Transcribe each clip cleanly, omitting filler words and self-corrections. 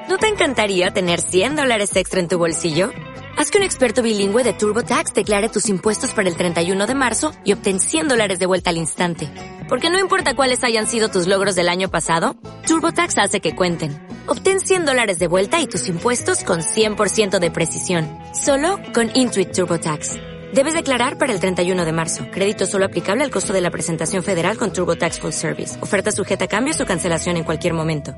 ¿No te encantaría tener $100 extra en tu bolsillo? Haz que un experto bilingüe de TurboTax declare tus impuestos para el 31 de marzo y obtén $100 de vuelta al instante. Porque no importa cuáles hayan sido tus logros del año pasado, TurboTax hace que cuenten. Obtén $100 de vuelta y tus impuestos con 100% de precisión. Solo con Intuit TurboTax. Debes declarar para el 31 de marzo. Crédito solo aplicable al costo de la presentación federal con TurboTax Full Service. Oferta sujeta a cambios o cancelación en cualquier momento.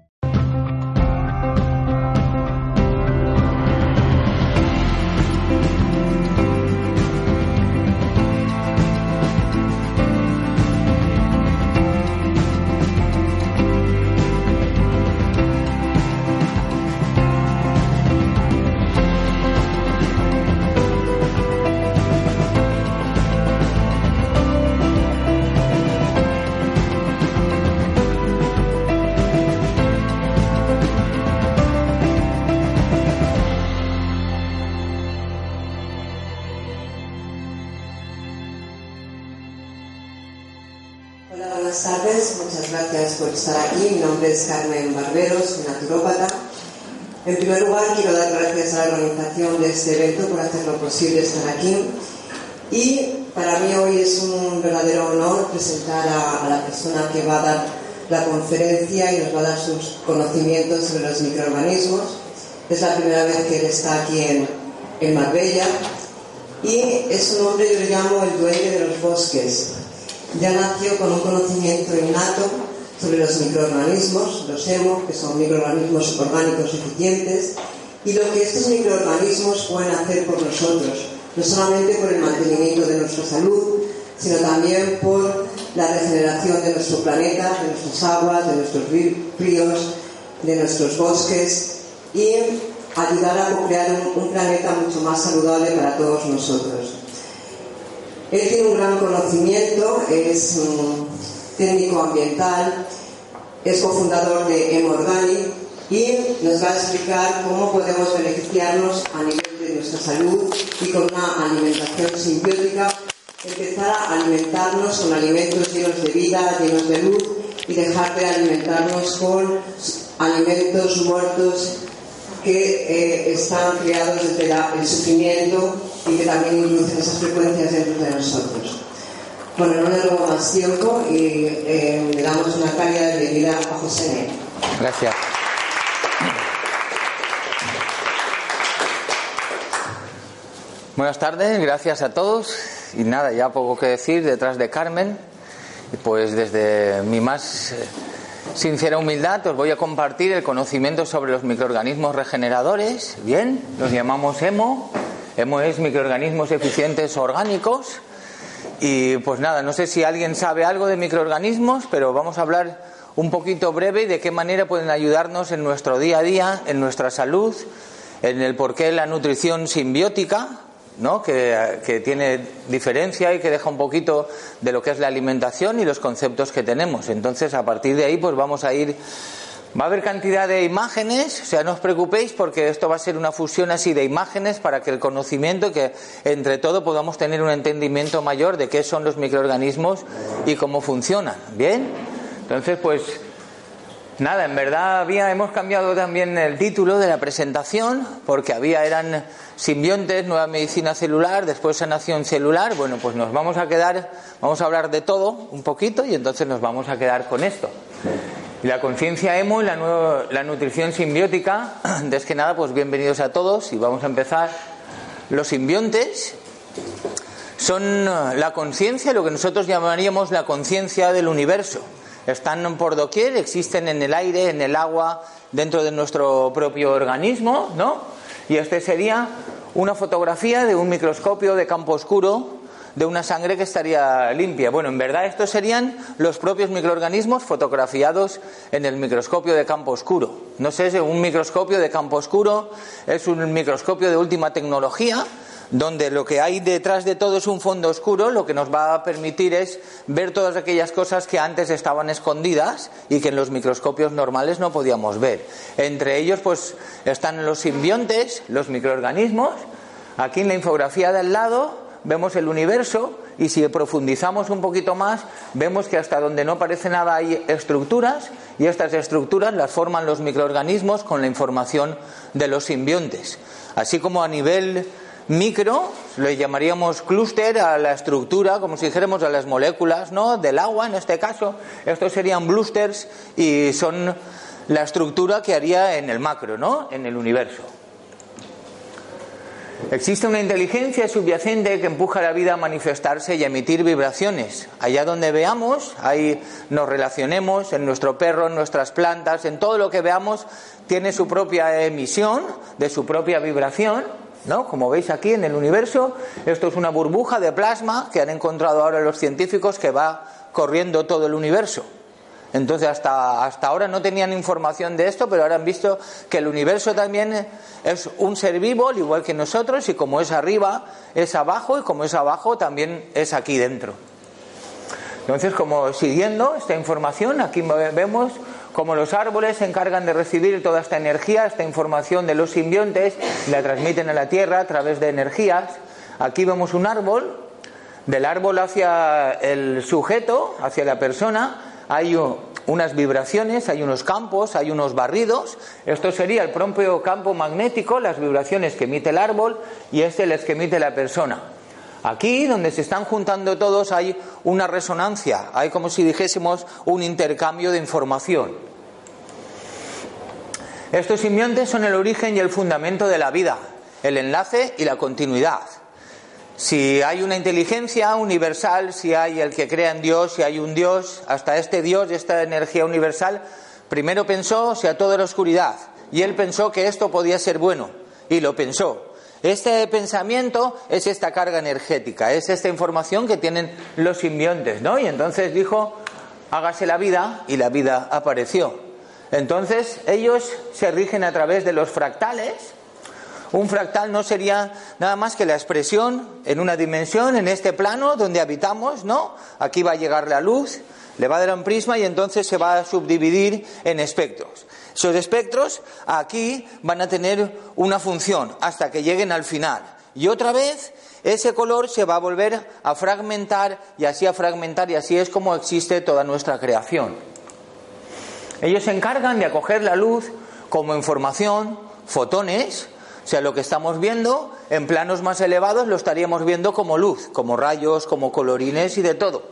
Hola, buenas tardes. Muchas gracias por estar aquí. Mi nombre es Carmen Barberos, soy naturópata. En primer lugar, quiero dar gracias a la organización de este evento por hacerlo posible estar aquí. Y para mí hoy es un verdadero honor presentar a la persona que va a dar la conferencia y nos va a dar sus conocimientos sobre los microorganismos. Es la primera vez que él está aquí en Marbella. Y es un hombre, yo le llamo el dueño de los bosques. Ya nació con un conocimiento innato sobre los microorganismos, los EMO, que son microorganismos orgánicos eficientes, y lo que estos microorganismos pueden hacer por nosotros, no solamente por el mantenimiento de nuestra salud, sino también por la regeneración de nuestro planeta, de nuestras aguas, de nuestros ríos, de nuestros bosques, y ayudar a crear un planeta mucho más saludable para todos nosotros. Él tiene un gran conocimiento, es técnico ambiental, es cofundador de EMO Organic y nos va a explicar cómo podemos beneficiarnos a nivel de nuestra salud y con una alimentación simbiótica, empezar a alimentarnos con alimentos llenos de vida, llenos de luz y dejar de alimentarnos con alimentos muertos que están creados desde el sufrimiento y que también inducen esas frecuencias dentro de nosotros. Bueno, no le robo más tiempo y le damos una cálida bienvenida a José Ney. Gracias. Buenas tardes, gracias a todos. Y nada, ya poco que decir detrás de Carmen. Pues desde mi más sincera humildad os voy a compartir el conocimiento sobre los microorganismos regeneradores. Bien, los llamamos EMO. EMO es microorganismos eficientes orgánicos. Y pues nada, no sé si alguien sabe algo de microorganismos, pero vamos a hablar un poquito breve de qué manera pueden ayudarnos en nuestro día a día, en nuestra salud, en el porqué la nutrición simbiótica, ¿no? que tiene diferencia y que deja un poquito de lo que es la alimentación y los conceptos que tenemos. Entonces, a partir de ahí, pues vamos a ir. Va a haber cantidad de imágenes, o sea, no os preocupéis porque esto va a ser una fusión así de imágenes para que el conocimiento, que entre todo podamos tener un entendimiento mayor de qué son los microorganismos y cómo funcionan. ¿Bien? Entonces, pues nada, en verdad hemos cambiado también el título de la presentación porque eran simbiontes, nueva medicina celular, después sanación celular. Bueno, pues vamos a hablar de todo un poquito y entonces nos vamos a quedar con esto. Y la conciencia EMO y la nutrición simbiótica. Antes que nada, pues bienvenidos a todos y vamos a empezar. Los simbiontes son la conciencia, lo que nosotros llamaríamos la conciencia del universo. Están por doquier, existen en el aire, en el agua, dentro de nuestro propio organismo, ¿no? Y este sería una fotografía de un microscopio de campo oscuro de una sangre que estaría limpia. Bueno, en verdad estos serían los propios microorganismos fotografiados en el microscopio de campo oscuro. No sé, un microscopio de campo oscuro es un microscopio de última tecnología, donde lo que hay detrás de todo es un fondo oscuro. Lo que nos va a permitir es ver todas aquellas cosas que antes estaban escondidas y que en los microscopios normales no podíamos ver. Entre ellos pues están los simbiontes, los microorganismos. Aquí en la infografía de al lado vemos el universo y si profundizamos un poquito más, vemos que hasta donde no parece nada hay estructuras, y estas estructuras las forman los microorganismos con la información de los simbiontes. Así como a nivel micro, le llamaríamos clúster a la estructura, como si dijéramos a las moléculas, ¿no?, del agua en este caso. Estos serían blusters y son la estructura que haría en el macro, ¿no?, en el universo. Existe una inteligencia subyacente que empuja a la vida a manifestarse y a emitir vibraciones. Allá donde veamos, ahí nos relacionemos, en nuestro perro, en nuestras plantas, en todo lo que veamos, tiene su propia emisión, de su propia vibración, ¿no? Como veis aquí en el universo, esto es una burbuja de plasma que han encontrado ahora los científicos que va corriendo todo el universo. Entonces hasta ahora no tenían información de esto, pero ahora han visto que el universo también es un ser vivo, al igual que nosotros, y como es arriba, es abajo, y como es abajo, también es aquí dentro. Entonces, como siguiendo esta información, aquí vemos cómo los árboles se encargan de recibir toda esta energía, esta información de los simbiontes, y la transmiten a la Tierra a través de energías. Aquí vemos un árbol, del árbol hacia el sujeto, hacia la persona, hay unas vibraciones, hay unos campos, hay unos barridos. Esto sería el propio campo magnético, las vibraciones que emite el árbol, y las que emite la persona. Aquí, donde se están juntando todos, hay una resonancia, hay como si dijésemos un intercambio de información. Estos simbiontes son el origen y el fundamento de la vida, el enlace y la continuidad. Si hay una inteligencia universal, si hay el que crea en Dios, si hay un Dios, hasta este Dios y esta energía universal, primero pensó, si a toda la oscuridad, y él pensó que esto podía ser bueno, y lo pensó. Este pensamiento es esta carga energética, es esta información que tienen los simbiontes, ¿no? Y entonces dijo, hágase la vida, y la vida apareció. Entonces ellos se rigen a través de los fractales. Un fractal no sería nada más que la expresión en una dimensión, en este plano donde habitamos, ¿no? Aquí va a llegar la luz, le va a dar un prisma y entonces se va a subdividir en espectros. Esos espectros aquí van a tener una función hasta que lleguen al final. Y otra vez ese color se va a volver a fragmentar y así es como existe toda nuestra creación. Ellos se encargan de acoger la luz como información, fotones. O sea, lo que estamos viendo en planos más elevados lo estaríamos viendo como luz, como rayos, como colorines y de todo.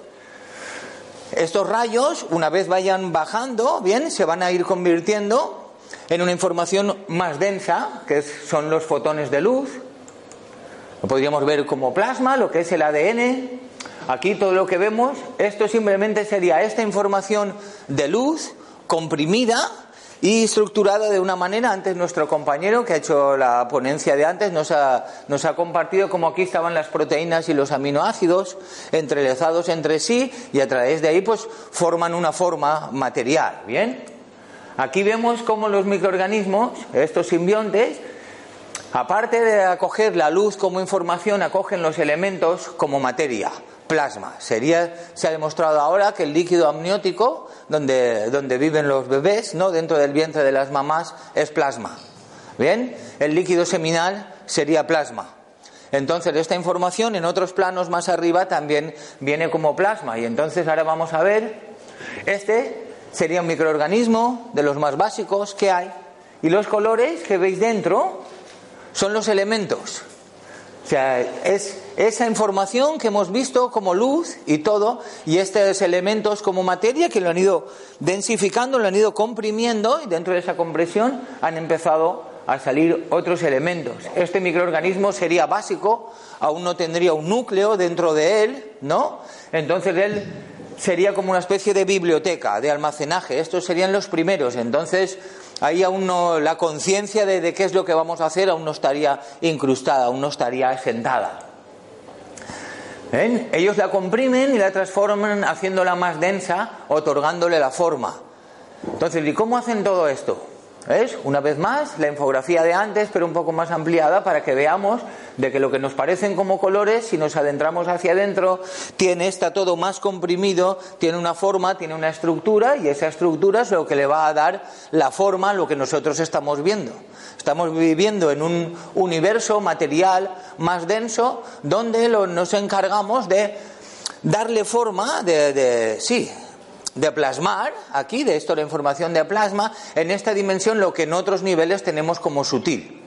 Estos rayos, una vez vayan bajando, bien, se van a ir convirtiendo en una información más densa, que son los fotones de luz. Lo podríamos ver como plasma, lo que es el ADN. Aquí todo lo que vemos, esto simplemente sería esta información de luz comprimida y estructurada de una manera. Antes nuestro compañero que ha hecho la ponencia de antes nos ha compartido cómo aquí estaban las proteínas y los aminoácidos entrelazados entre sí y a través de ahí pues forman una forma material. Bien, aquí vemos cómo los microorganismos, estos simbiontes, aparte de acoger la luz como información, acogen los elementos como materia, plasma. Se ha demostrado ahora que el líquido amniótico donde viven los bebés, ¿no?, dentro del vientre de las mamás, es plasma. Bien, el líquido seminal sería plasma. Entonces esta información en otros planos más arriba también viene como plasma. Y entonces ahora vamos a ver, este sería un microorganismo de los más básicos que hay. Y los colores que veis dentro son los elementos. O sea, es esa información que hemos visto como luz y todo, y estos elementos como materia que lo han ido densificando, lo han ido comprimiendo, y dentro de esa compresión han empezado a salir otros elementos. Este microorganismo sería básico, aún no tendría un núcleo dentro de él, ¿no? Entonces él sería como una especie de biblioteca, de almacenaje. Estos serían los primeros. Entonces ahí aún no, la conciencia de qué es lo que vamos a hacer aún no estaría incrustada, aún no estaría asentada. ¿Ven? Ellos la comprimen y la transforman haciéndola más densa, otorgándole la forma. Entonces, ¿y cómo hacen todo esto? ¿Ves? Una vez más, la infografía de antes, pero un poco más ampliada para que veamos de que lo que nos parecen como colores, si nos adentramos hacia adentro, está todo más comprimido, tiene una forma, tiene una estructura, y esa estructura es lo que le va a dar la forma a lo que nosotros estamos viendo. Estamos viviendo en un universo material más denso donde nos encargamos de darle forma de plasmar aquí, de esto la información de plasma, en esta dimensión lo que en otros niveles tenemos como sutil.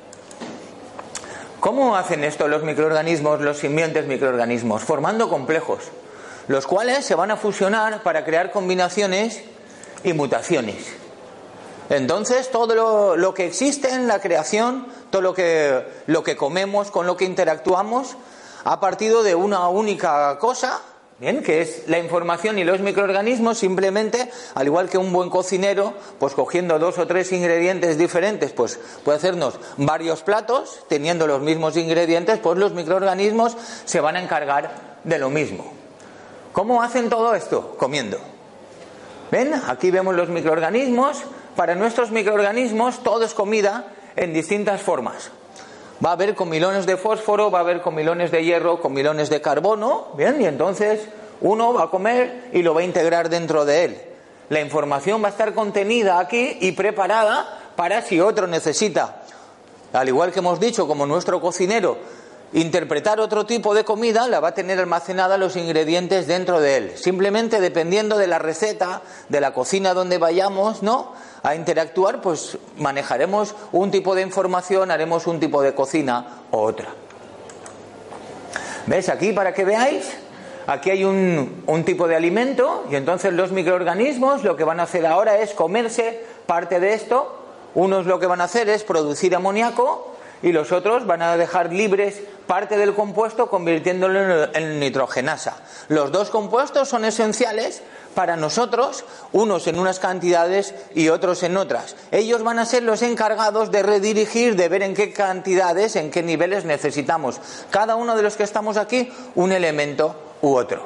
¿Cómo hacen esto los microorganismos, los simientes microorganismos? Formando complejos, los cuales se van a fusionar para crear combinaciones y mutaciones. Entonces todo lo que existe en la creación, todo lo que comemos, con lo que interactuamos, ha partido de una única cosa, bien, que es la información, y los microorganismos simplemente, al igual que un buen cocinero, pues cogiendo 2 o 3 ingredientes diferentes, pues puede hacernos varios platos, teniendo los mismos ingredientes, pues los microorganismos se van a encargar de lo mismo. ¿Cómo hacen todo esto? Comiendo. ¿Ven? Aquí vemos los microorganismos. Para nuestros microorganismos todo es comida en distintas formas. Va a haber comilones de fósforo, va a haber comilones de hierro, comilones de carbono, bien, y entonces uno va a comer y lo va a integrar dentro de él. La información va a estar contenida aquí y preparada para si otro necesita, al igual que hemos dicho, como nuestro cocinero, interpretar otro tipo de comida, la va a tener almacenada los ingredientes dentro de él. Simplemente dependiendo de la receta, de la cocina donde vayamos, ¿no?, a interactuar, pues manejaremos un tipo de información, haremos un tipo de cocina o otra. ¿Ves? Aquí, para que veáis, aquí hay un tipo de alimento, y entonces los microorganismos lo que van a hacer ahora es comerse parte de esto. Unos lo que van a hacer es producir amoníaco, y los otros van a dejar libres parte del compuesto convirtiéndolo en nitrogenasa. Los dos compuestos son esenciales para nosotros, unos en unas cantidades y otros en otras. Ellos van a ser los encargados de redirigir, de ver en qué cantidades, en qué niveles necesitamos cada uno de los que estamos aquí un elemento u otro.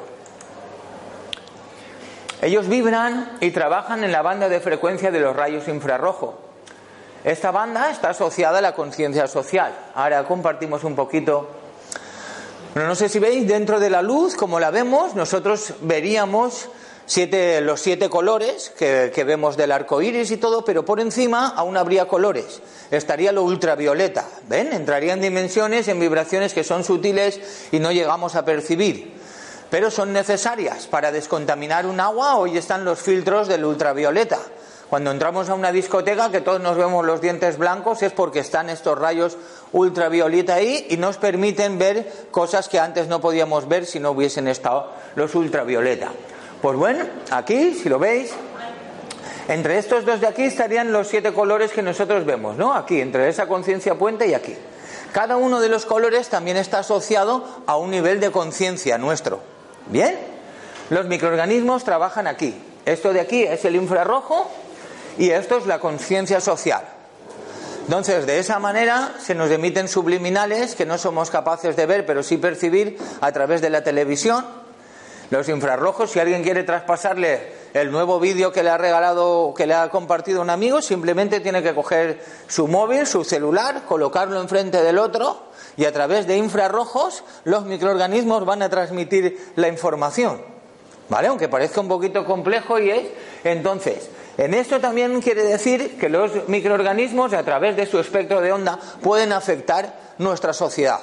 Ellos vibran y trabajan en la banda de frecuencia de los rayos infrarrojos. Esta banda está asociada a la conciencia social. Ahora compartimos un poquito. No sé si veis, dentro de la luz, como la vemos, nosotros veríamos los 7 colores que vemos del arco iris y todo, pero por encima aún habría colores. Estaría lo ultravioleta, ¿ven? Entraría en dimensiones, en vibraciones que son sutiles y no llegamos a percibir, pero son necesarias para descontaminar un agua. Hoy están los filtros del ultravioleta. Cuando entramos a una discoteca, que todos nos vemos los dientes blancos, es porque están estos rayos ultravioleta ahí y nos permiten ver cosas que antes no podíamos ver si no hubiesen estado los ultravioleta. Pues bueno, aquí, si lo veis, entre estos dos de aquí estarían los 7 colores que nosotros vemos, ¿no? Aquí, entre esa conciencia puente y aquí. Cada uno de los colores también está asociado a un nivel de conciencia nuestro. ¿Bien? Los microorganismos trabajan aquí. Esto de aquí es el infrarrojo y esto es la conciencia social. Entonces, de esa manera se nos emiten subliminales que no somos capaces de ver, pero sí percibir a través de la televisión. Los infrarrojos, si alguien quiere traspasarle el nuevo vídeo que le ha regalado, que le ha compartido un amigo, simplemente tiene que coger su móvil, su celular, colocarlo enfrente del otro, y a través de infrarrojos los microorganismos van a transmitir la información. ¿Vale? Aunque parezca un poquito complejo, y es. Entonces, en esto también quiere decir que los microorganismos, a través de su espectro de onda, pueden afectar nuestra sociedad.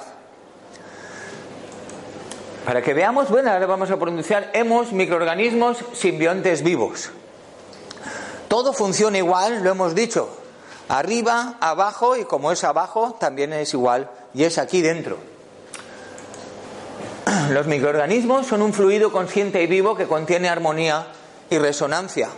Para que veamos, bueno, ahora vamos a pronunciar hemos microorganismos simbiontes vivos. Todo funciona igual, lo hemos dicho, arriba, abajo, y como es abajo, también es igual, y es aquí dentro. Los microorganismos son un fluido consciente y vivo que contiene armonía y resonancia.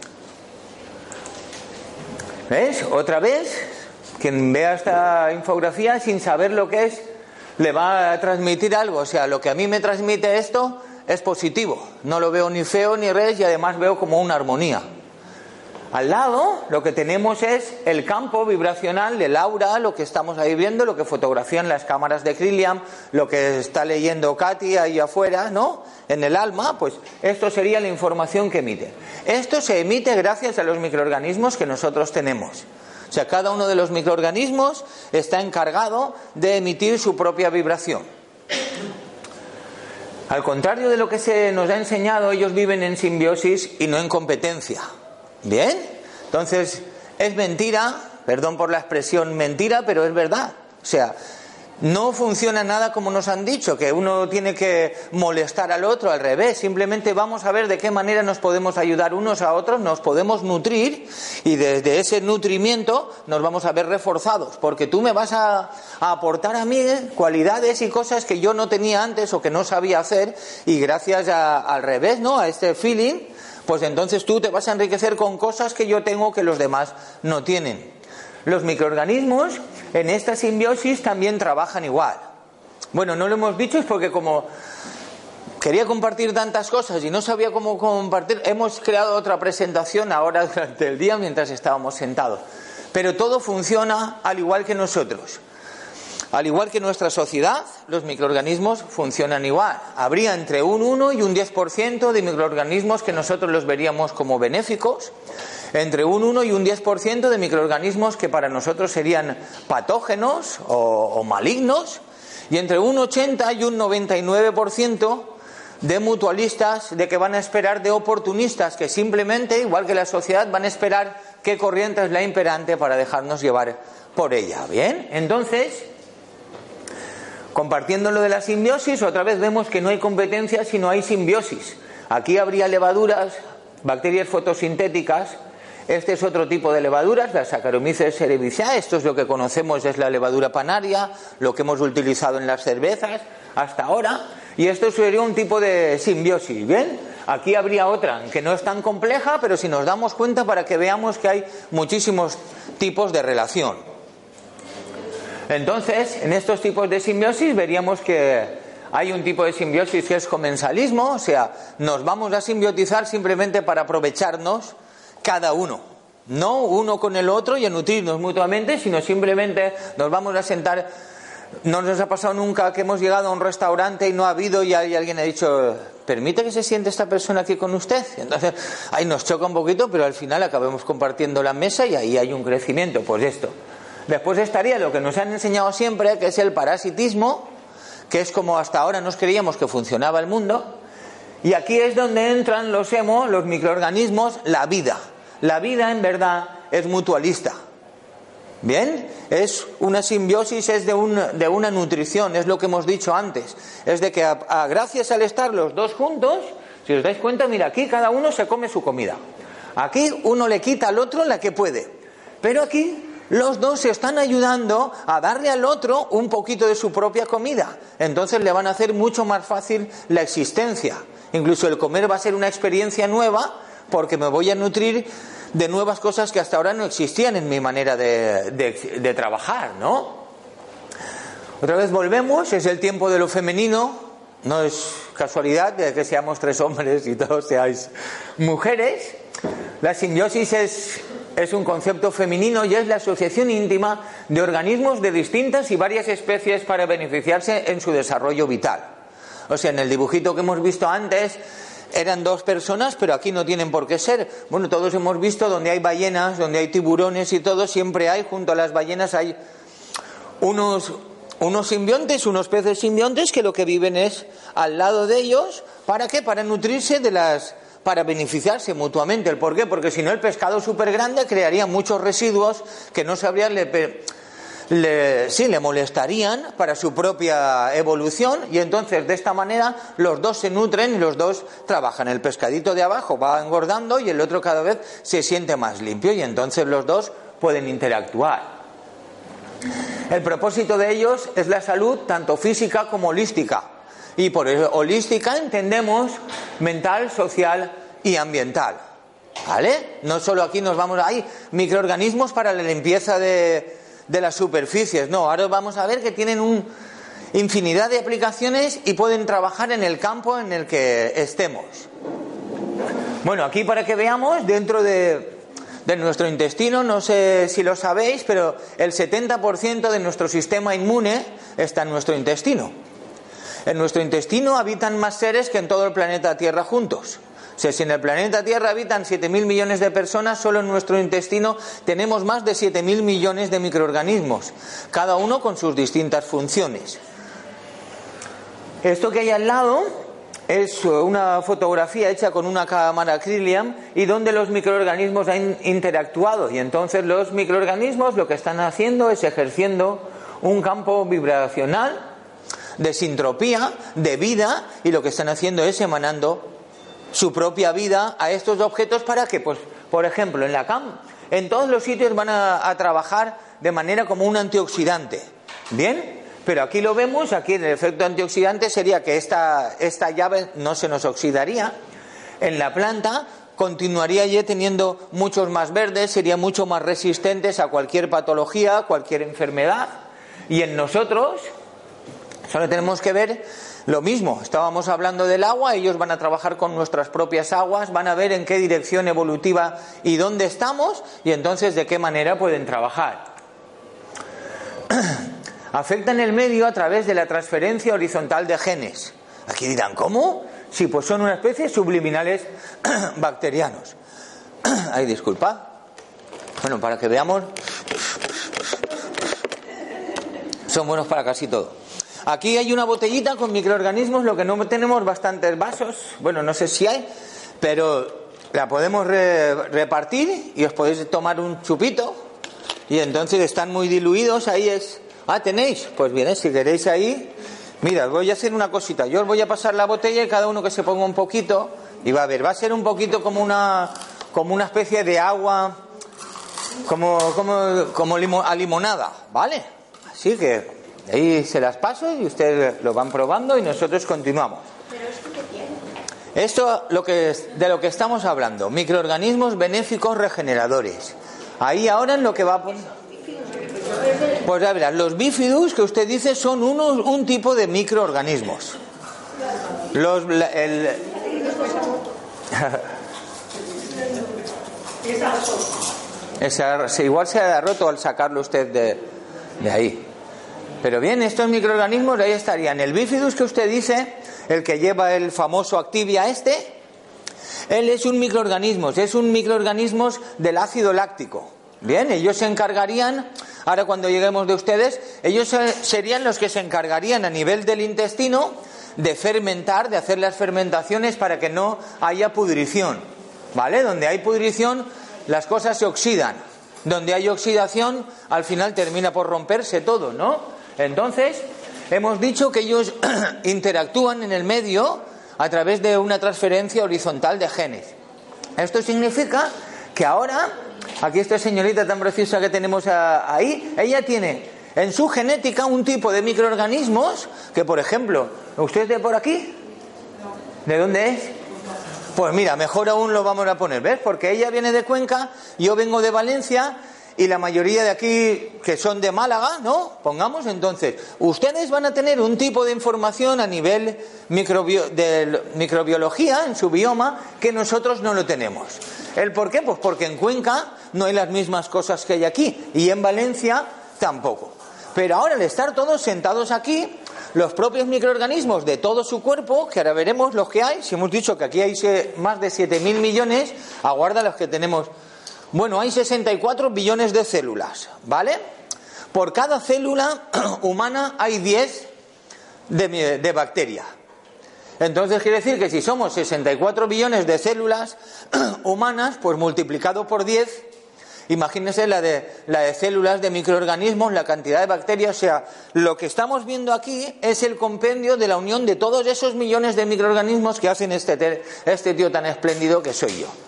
¿Ves? Otra vez, quien vea esta infografía sin saber lo que es, le va a transmitir algo. O sea, lo que a mí me transmite esto es positivo. No lo veo ni feo ni res, y además veo como una armonía. Al lado lo que tenemos es el campo vibracional del aura, lo que estamos ahí viendo, lo que fotografían las cámaras de Kirlian, lo que está leyendo Katy ahí afuera, ¿no? En el alma, pues esto sería la información que emite. Esto se emite gracias a los microorganismos que nosotros tenemos. O sea, cada uno de los microorganismos está encargado de emitir su propia vibración. Al contrario de lo que se nos ha enseñado, ellos viven en simbiosis y no en competencia. ¿Bien? Entonces, es mentira, perdón por la expresión mentira, pero es verdad. O sea, No funciona nada como nos han dicho, que uno tiene que molestar al otro, al revés. Simplemente vamos a ver de qué manera nos podemos ayudar unos a otros, nos podemos nutrir y desde ese nutrimiento nos vamos a ver reforzados. Porque tú me vas a aportar a mí cualidades y cosas que yo no tenía antes o que no sabía hacer y gracias al revés, ¿no? A este feeling, pues entonces tú te vas a enriquecer con cosas que yo tengo que los demás no tienen. Los microorganismos en esta simbiosis también trabajan igual. Bueno, no lo hemos dicho, es porque como quería compartir tantas cosas y no sabía cómo compartir, hemos creado otra presentación ahora durante el día mientras estábamos sentados. Pero todo funciona al igual que nosotros. Al igual que nuestra sociedad, los microorganismos funcionan igual. Habría entre un 1 y un 10% de microorganismos que nosotros los veríamos como benéficos, entre un 1 y un 10% de microorganismos que para nosotros serían patógenos o malignos, y entre un 80 y un 99% de mutualistas, de que van a esperar, de oportunistas, que simplemente, igual que la sociedad, van a esperar qué corriente es la imperante para dejarnos llevar por ella. ¿Bien? Entonces, compartiendo lo de la simbiosis, otra vez vemos que no hay competencia si no hay simbiosis. Aquí habría levaduras, bacterias fotosintéticas. Este es otro tipo de levaduras, la Saccharomyces cerevisiae. Esto es lo que conocemos, es la levadura panaria, lo que hemos utilizado en las cervezas hasta ahora. Y esto sería un tipo de simbiosis, ¿bien? Aquí habría otra, que no es tan compleja, pero si nos damos cuenta para que veamos que hay muchísimos tipos de relación. Entonces, en estos tipos de simbiosis veríamos que hay un tipo de simbiosis que es comensalismo, o sea, nos vamos a simbiotizar simplemente para aprovecharnos cada uno, no uno con el otro y a nutrirnos mutuamente, sino simplemente nos vamos a sentar. No nos ha pasado nunca que hemos llegado a un restaurante y no ha habido y alguien ha dicho, ¿permite que se siente esta persona aquí con usted? Y entonces, ahí nos choca un poquito, pero al final acabamos compartiendo la mesa y ahí hay un crecimiento. Pues esto. Después estaría lo que nos han enseñado siempre, que es el parasitismo, que es como hasta ahora nos creíamos que funcionaba el mundo. Y aquí es donde entran los microorganismos, la vida. La vida en verdad es mutualista. ¿Bien? Es una simbiosis, es de una nutrición, es lo que hemos dicho antes. Es de que gracias al estar los dos juntos, si os dais cuenta, mira, aquí cada uno se come su comida. Aquí uno le quita al otro la que puede. Pero aquí los dos se están ayudando a darle al otro un poquito de su propia comida. Entonces le van a hacer mucho más fácil la existencia. Incluso el comer va a ser una experiencia nueva porque me voy a nutrir de nuevas cosas que hasta ahora no existían en mi manera de trabajar, ¿no? Otra vez volvemos, es el tiempo de lo femenino, no es casualidad de que seamos 3 hombres y todos seáis mujeres. La simbiosis es un concepto femenino y es la asociación íntima de organismos de distintas y varias especies para beneficiarse en su desarrollo vital. O sea, en el dibujito que hemos visto antes eran 2 personas, pero aquí no tienen por qué ser. Bueno, todos hemos visto donde hay ballenas, donde hay tiburones y todo, siempre hay, junto a las ballenas hay unos simbiontes, unos peces simbiontes que lo que viven es al lado de ellos. ¿Para qué? Para nutrirse para beneficiarse mutuamente. ¿El por qué? Porque si no el pescado súper grande crearía muchos residuos que no sabrían le molestarían para su propia evolución, y entonces de esta manera los dos se nutren y los dos trabajan. El pescadito de abajo va engordando y el otro cada vez se siente más limpio y entonces los dos pueden interactuar. El propósito de ellos es la salud tanto física como holística, y por holística entendemos mental, social y ambiental, ¿vale? No solo aquí nos vamos hay microorganismos para la limpieza de las superficies, no, ahora vamos a ver que tienen infinidad de aplicaciones y pueden trabajar en el campo en el que estemos. Bueno, aquí para que veamos, dentro de nuestro intestino, no sé si lo sabéis, pero el 70% de nuestro sistema inmune está en nuestro intestino. En nuestro intestino habitan más seres que en todo el planeta Tierra juntos. O sea, si en el planeta Tierra habitan 7.000 millones de personas, solo en nuestro intestino tenemos más de 7.000 millones de microorganismos, cada uno con sus distintas funciones. Esto que hay al lado es una fotografía hecha con una cámara Kirlian y donde los microorganismos han interactuado, y entonces los microorganismos lo que están haciendo es ejerciendo un campo vibracional de sintropía, de vida, y lo que están haciendo es emanando su propia vida a estos objetos para que, pues, por ejemplo, en todos los sitios van a trabajar de manera como un antioxidante. ¿Bien? Pero aquí lo vemos, aquí el efecto antioxidante sería que esta llave no se nos oxidaría. En la planta continuaría ya teniendo muchos más verdes, serían mucho más resistentes a cualquier patología, cualquier enfermedad. Y en nosotros solo tenemos que ver lo mismo. Estábamos hablando del agua, ellos van a trabajar con nuestras propias aguas, van a ver en qué dirección evolutiva y dónde estamos, y entonces de qué manera pueden trabajar. Afectan el medio a través de la transferencia horizontal de genes. Aquí dirán, ¿cómo? Sí, pues son una especie de subliminales bacterianos. Ay, disculpad. Bueno, para que veamos, son buenos para casi todo. Aquí hay una botellita con microorganismos, lo que no tenemos bastantes vasos. Bueno, no sé si hay, pero la podemos repartir y os podéis tomar un chupito. Y entonces están muy diluidos, ahí es... Ah, ¿tenéis? Pues bien, si queréis ahí... Mira, voy a hacer una cosita. Yo os voy a pasar la botella y cada uno que se ponga un poquito. Y va a ser un poquito como una especie de agua, como a limonada, ¿vale? Así que ahí se las paso y ustedes lo van probando y nosotros continuamos. ¿Pero esto qué tiene? Esto de lo que estamos hablando, microorganismos benéficos regeneradores. Ahí ahora en lo que va a poner... Pues ya verás, los bifidus que usted dice son un tipo de microorganismos. Igual se ha roto al sacarlo usted de ahí. Pero bien, estos microorganismos ahí estarían. El bifidus que usted dice, el que lleva el famoso Activia él es un microorganismo del ácido láctico. Bien, ellos se encargarían, ahora cuando lleguemos de ustedes, ellos serían los que se encargarían a nivel del intestino de fermentar, de hacer las fermentaciones para que no haya pudrición, ¿vale? Donde hay pudrición, las cosas se oxidan. Donde hay oxidación, al final termina por romperse todo, ¿no? Entonces, hemos dicho que ellos interactúan en el medio a través de una transferencia horizontal de genes. Esto significa que ahora... Aquí esta señorita tan preciosa que tenemos ahí, ella tiene en su genética un tipo de microorganismos que, por ejemplo, ¿usted es de por aquí? ¿De dónde es? Pues mira, mejor aún lo vamos a poner, ¿ves? Porque ella viene de Cuenca, yo vengo de Valencia y la mayoría de aquí que son de Málaga, ¿no? Pongamos, entonces, ustedes van a tener un tipo de información a nivel de microbiología en su bioma que nosotros no lo tenemos. ¿El por qué? Pues porque en Cuenca no hay las mismas cosas que hay aquí y en Valencia tampoco. Pero ahora al estar todos sentados aquí, los propios microorganismos de todo su cuerpo, que ahora veremos los que hay, si hemos dicho que aquí hay más de 7.000 millones, aguarda los que tenemos. Bueno, hay 64 billones de células, ¿vale? Por cada célula humana hay 10 de bacteria. Entonces quiere decir que si somos 64 billones de células humanas, pues multiplicado por 10, imagínense la de células de microorganismos, la cantidad de bacterias. O sea, lo que estamos viendo aquí es el compendio de la unión de todos esos millones de microorganismos que hacen este tío tan espléndido que soy yo.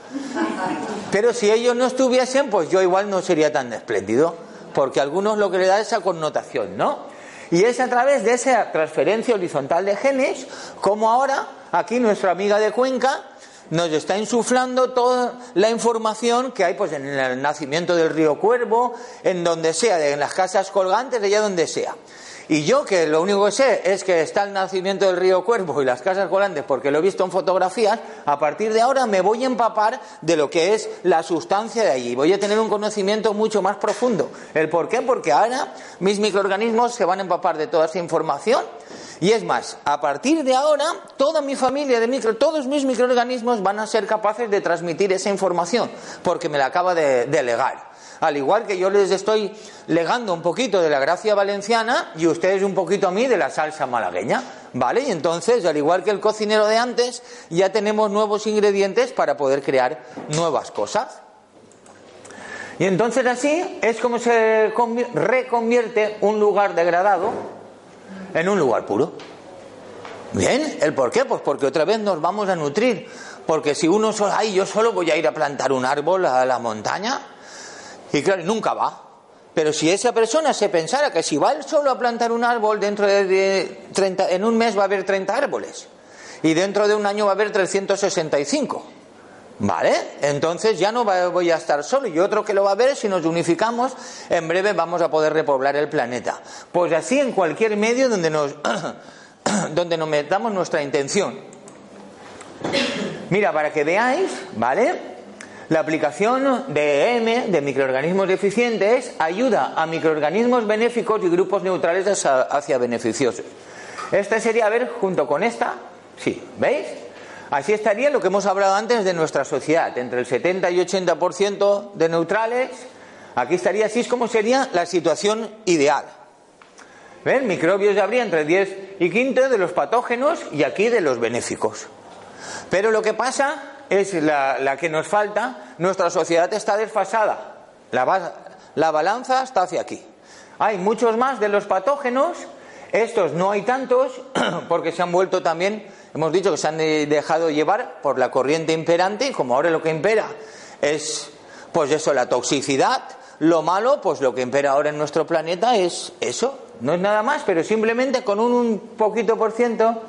Pero si ellos no estuviesen, pues yo igual no sería tan espléndido, porque a algunos lo que le da esa connotación, ¿no? Y es a través de esa transferencia horizontal de genes como ahora aquí nuestra amiga de Cuenca nos está insuflando toda la información que hay pues en el nacimiento del río Cuervo, en donde sea, en las casas colgantes, allá donde sea. Y yo, que lo único que sé es que está el nacimiento del río Cuervo y las casas colgantes porque lo he visto en fotografías, a partir de ahora me voy a empapar de lo que es la sustancia de allí. Voy a tener un conocimiento mucho más profundo. ¿El por qué? Porque ahora mis microorganismos se van a empapar de toda esa información. Y es más, a partir de ahora, toda mi familia todos mis microorganismos van a ser capaces de transmitir esa información, porque me la acaba de legar. Al igual que yo les estoy legando un poquito de la gracia valenciana y ustedes un poquito a mí de la salsa malagueña, ¿vale? Y entonces, al igual que el cocinero de antes, ya tenemos nuevos ingredientes para poder crear nuevas cosas. Y entonces así es como se reconvierte un lugar degradado en un lugar puro. Bien, ¿el por qué? Pues porque otra vez nos vamos a nutrir. Porque si uno solo, ay, yo solo voy a ir a plantar un árbol a la montaña, y claro, nunca va. Pero si esa persona se pensara que si va él solo a plantar un árbol, dentro de 30, en un mes va a haber 30 árboles. Y dentro de un año va a haber 365. ¿Vale? Entonces ya no voy a estar solo. Y otro que lo va a ver, si nos unificamos, en breve vamos a poder repoblar el planeta. Pues así en cualquier medio donde nos metamos nuestra intención. Mira, para que veáis, ¿vale? La aplicación de EM, de microorganismos eficientes, ayuda a microorganismos benéficos y grupos neutrales hacia beneficiosos. Esta sería, a ver, junto con esta, sí, ¿veis? Así estaría lo que hemos hablado antes de nuestra sociedad, entre el 70 y 80% de neutrales. Aquí estaría, así es como sería la situación ideal. ¿Ven? Microbios habría entre 10 y 15 de los patógenos y aquí de los benéficos. Pero lo que pasa es la que nos falta, nuestra sociedad está desfasada. La balanza está hacia aquí. Hay muchos más de los patógenos, estos no hay tantos, porque se han vuelto también, hemos dicho que se han dejado llevar por la corriente imperante, y como ahora lo que impera es, pues eso, la toxicidad, lo malo, pues lo que impera ahora en nuestro planeta es eso, no es nada más, pero simplemente con un poquito por ciento,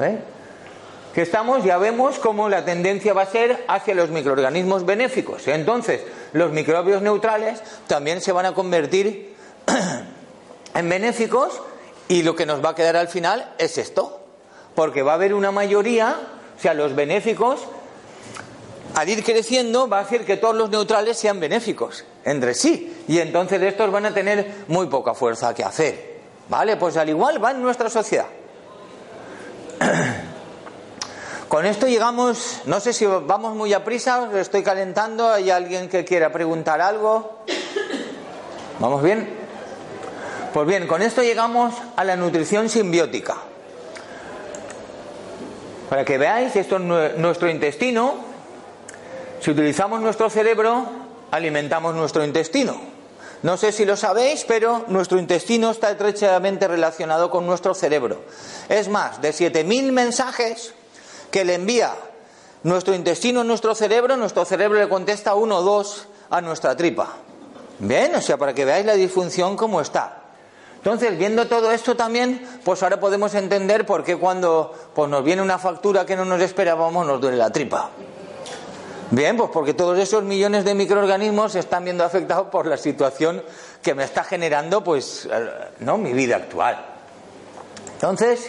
que estamos, ya vemos cómo la tendencia va a ser hacia los microorganismos benéficos. Entonces, los microbios neutrales también se van a convertir en benéficos, y lo que nos va a quedar al final es esto, porque va a haber una mayoría, o sea, los benéficos, al ir creciendo, va a hacer que todos los neutrales sean benéficos entre sí, y entonces estos van a tener muy poca fuerza que hacer. ¿Vale? Pues al igual va en nuestra sociedad. Con esto llegamos, no sé si vamos muy a prisa, os estoy calentando, ¿hay alguien que quiera preguntar algo? ¿Vamos bien? Pues bien, con esto llegamos a la nutrición simbiótica. Para que veáis, esto es nuestro intestino. Si utilizamos nuestro cerebro, alimentamos nuestro intestino. No sé si lo sabéis, pero nuestro intestino está estrechamente relacionado con nuestro cerebro. Es más, de 7.000 mensajes que le envía nuestro intestino a nuestro cerebro le contesta 1 o 2 a nuestra tripa. Bien, o sea, para que veáis la disfunción cómo está. Entonces, viendo todo esto también, pues ahora podemos entender por qué cuando pues nos viene una factura que no nos esperábamos nos duele la tripa. Bien, pues porque todos esos millones de microorganismos se están viendo afectados por la situación que me está generando, pues, no, mi vida actual. Entonces,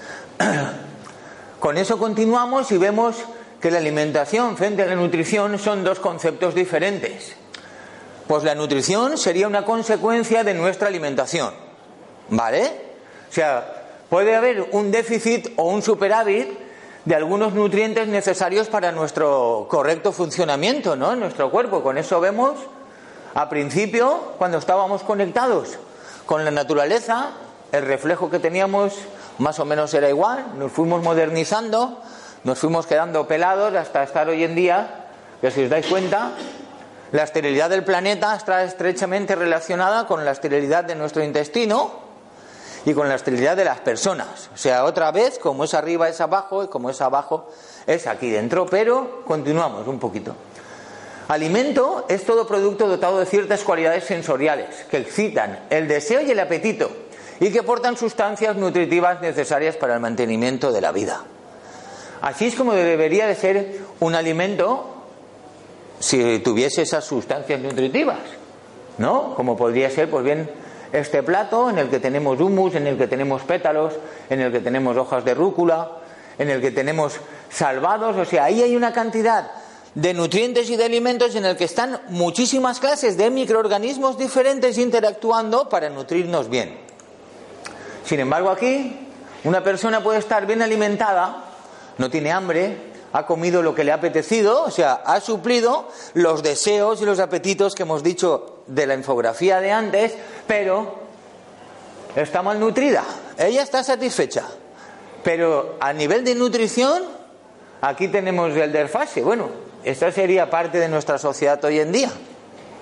con eso continuamos y vemos que la alimentación frente a la nutrición son dos conceptos diferentes. Pues la nutrición sería una consecuencia de nuestra alimentación, ¿vale? O sea, puede haber un déficit o un superávit de algunos nutrientes necesarios para nuestro correcto funcionamiento, ¿no? En nuestro cuerpo. Con eso vemos, a principio, cuando estábamos conectados con la naturaleza, el reflejo que teníamos más o menos era igual, nos fuimos modernizando, nos fuimos quedando pelados hasta estar hoy en día, que si os dais cuenta, la esterilidad del planeta está estrechamente relacionada con la esterilidad de nuestro intestino y con la esterilidad de las personas. O sea, otra vez, como es arriba es abajo y como es abajo es aquí dentro, pero continuamos un poquito. Alimento es todo producto dotado de ciertas cualidades sensoriales que excitan el deseo y el apetito y que aportan sustancias nutritivas necesarias para el mantenimiento de la vida. Así es como debería de ser un alimento si tuviese esas sustancias nutritivas, ¿no? Como podría ser, pues bien, este plato en el que tenemos humus, en el que tenemos pétalos, en el que tenemos hojas de rúcula, en el que tenemos salvados. O sea, ahí hay una cantidad de nutrientes y de alimentos en el que están muchísimas clases de microorganismos diferentes interactuando para nutrirnos bien. Sin embargo, aquí una persona puede estar bien alimentada, no tiene hambre, ha comido lo que le ha apetecido, o sea, ha suplido los deseos y los apetitos que hemos dicho de la infografía de antes, pero está malnutrida. Ella está satisfecha, pero a nivel de nutrición, aquí tenemos el desfase. Bueno, esta sería parte de nuestra sociedad hoy en día.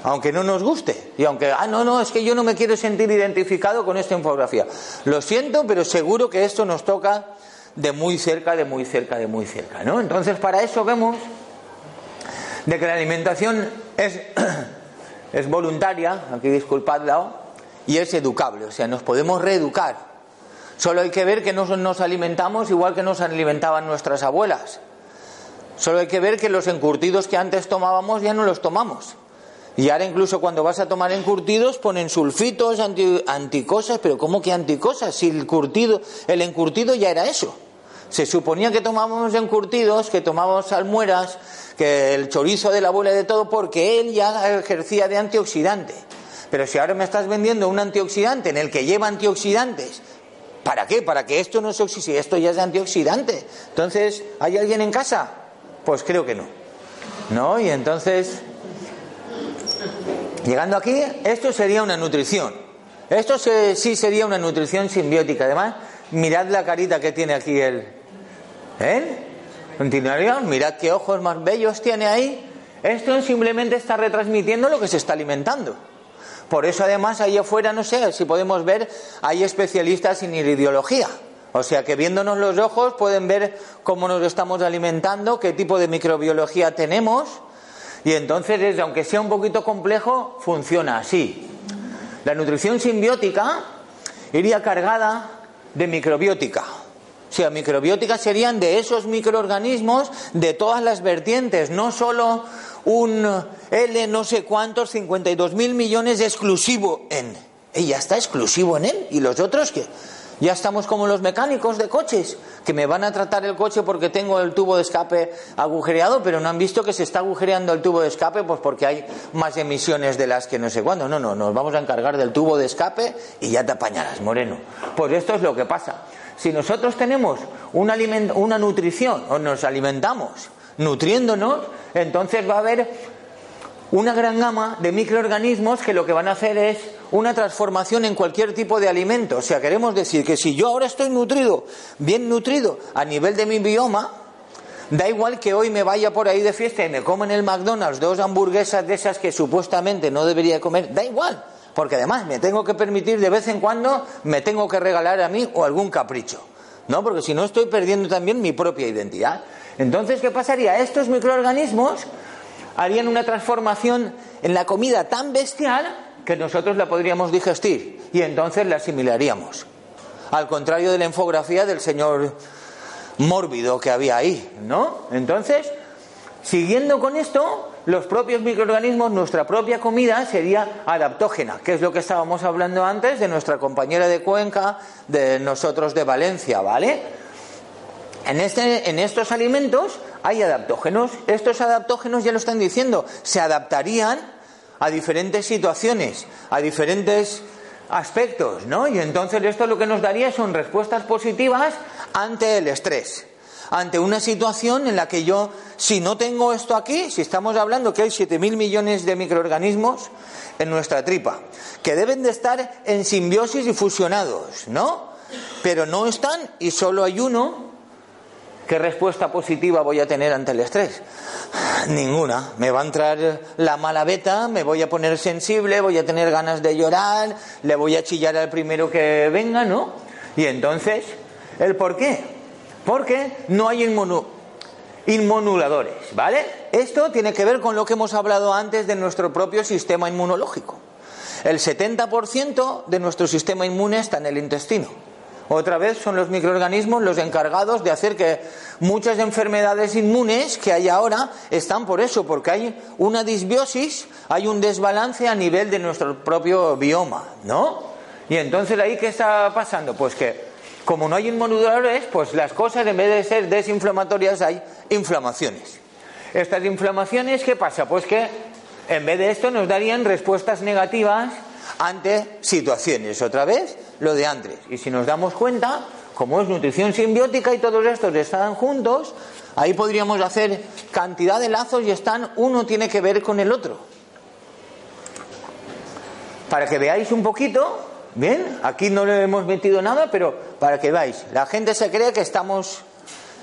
aunque no nos guste, y aunque, no, es que yo no me quiero sentir identificado con esta infografía. Lo siento, pero seguro que esto nos toca de muy cerca, ¿no? Entonces, para eso vemos de que la alimentación es voluntaria, aquí disculpadla, y es educable, o sea, nos podemos reeducar. Solo hay que ver que no nos alimentamos igual que nos alimentaban nuestras abuelas. Solo hay que ver que los encurtidos que antes tomábamos ya no los tomamos. Y ahora incluso cuando vas a tomar encurtidos ponen sulfitos, anticosas, pero ¿cómo que anticosas? Si el encurtido ya era eso. Se suponía que tomábamos encurtidos, que tomábamos salmueras, que el chorizo de la abuela y de todo, porque él ya ejercía de antioxidante. Pero si ahora me estás vendiendo un antioxidante en el que lleva antioxidantes, ¿para qué? Para que esto no se oxide, si esto ya es antioxidante. Entonces, ¿hay alguien en casa? Pues creo que no. ¿No? Y entonces, llegando aquí, esto sería una nutrición. Esto sí sería una nutrición simbiótica. Además, mirad la carita que tiene aquí él. Continuación, mirad qué ojos más bellos tiene ahí. Esto simplemente está retransmitiendo lo que se está alimentando. Por eso además ahí afuera, no sé si podemos ver, hay especialistas en iridiología. O sea que viéndonos los ojos pueden ver cómo nos estamos alimentando, qué tipo de microbiología tenemos. Y entonces, aunque sea un poquito complejo, funciona así. La nutrición simbiótica iría cargada de microbiótica. O sea, microbiótica serían de esos microorganismos de todas las vertientes, no solo un L no sé cuántos, 52.000 millones exclusivo en. Ya está exclusivo en él. ¿Y los otros qué? Ya estamos como los mecánicos de coches, que me van a tratar el coche porque tengo el tubo de escape agujereado, pero no han visto que se está agujereando el tubo de escape pues porque hay más emisiones de las que no sé cuándo. No, nos vamos a encargar del tubo de escape y ya te apañarás, moreno. Pues esto es lo que pasa. Si nosotros tenemos una nutrición o nos alimentamos nutriéndonos, entonces va a haber una gran gama de microorganismos que lo que van a hacer es una transformación en cualquier tipo de alimento. O sea, queremos decir que si yo ahora estoy nutrido, bien nutrido a nivel de mi bioma, da igual que hoy me vaya por ahí de fiesta y me como en el McDonald's 2 hamburguesas de esas que supuestamente no debería comer, da igual. Porque además me tengo que permitir de vez en cuando, me tengo que regalar a mí o algún capricho, ¿no? Porque si no estoy perdiendo también mi propia identidad. Entonces, ¿qué pasaría? Estos microorganismos harían una transformación en la comida tan bestial que nosotros la podríamos digestir y entonces la asimilaríamos. Al contrario de la infografía del señor mórbido que había ahí, ¿no? Entonces, siguiendo con esto, los propios microorganismos, nuestra propia comida sería adaptógena, que es lo que estábamos hablando antes de nuestra compañera de Cuenca, de nosotros de Valencia, ¿vale? En estos alimentos hay adaptógenos. Estos adaptógenos, ya lo están diciendo, se adaptarían a diferentes situaciones, a diferentes aspectos, ¿no? Y entonces esto lo que nos daría son respuestas positivas ante el estrés. Ante una situación en la que yo, si no tengo esto aquí, si estamos hablando que hay 7.000 millones de microorganismos en nuestra tripa, que deben de estar en simbiosis y fusionados, ¿no? Pero no están y solo hay uno, ¿qué respuesta positiva voy a tener ante el estrés? Ninguna. Me va a entrar la mala beta, me voy a poner sensible, voy a tener ganas de llorar, le voy a chillar al primero que venga, ¿no? Y entonces, ¿el por qué? Porque no hay inmunoduladores, ¿vale? Esto tiene que ver con lo que hemos hablado antes de nuestro propio sistema inmunológico. El 70% de nuestro sistema inmune está en el intestino. Otra vez son los microorganismos los encargados de hacer que muchas enfermedades inmunes que hay ahora están por eso, porque hay una disbiosis, hay un desbalance a nivel de nuestro propio bioma, ¿no? Y entonces ahí, ¿qué está pasando? Pues que como no hay inmunoduladores, pues las cosas en vez de ser desinflamatorias hay inflamaciones. Estas inflamaciones, ¿qué pasa? Pues que en vez de esto nos darían respuestas negativas ante situaciones. Otra vez, lo de antes. Y si nos damos cuenta, como es nutrición simbiótica y todos estos están juntos, ahí podríamos hacer cantidad de lazos y uno tiene que ver con el otro. Para que veáis un poquito. Bien, aquí no le hemos metido nada, pero para que veáis, la gente se cree que estamos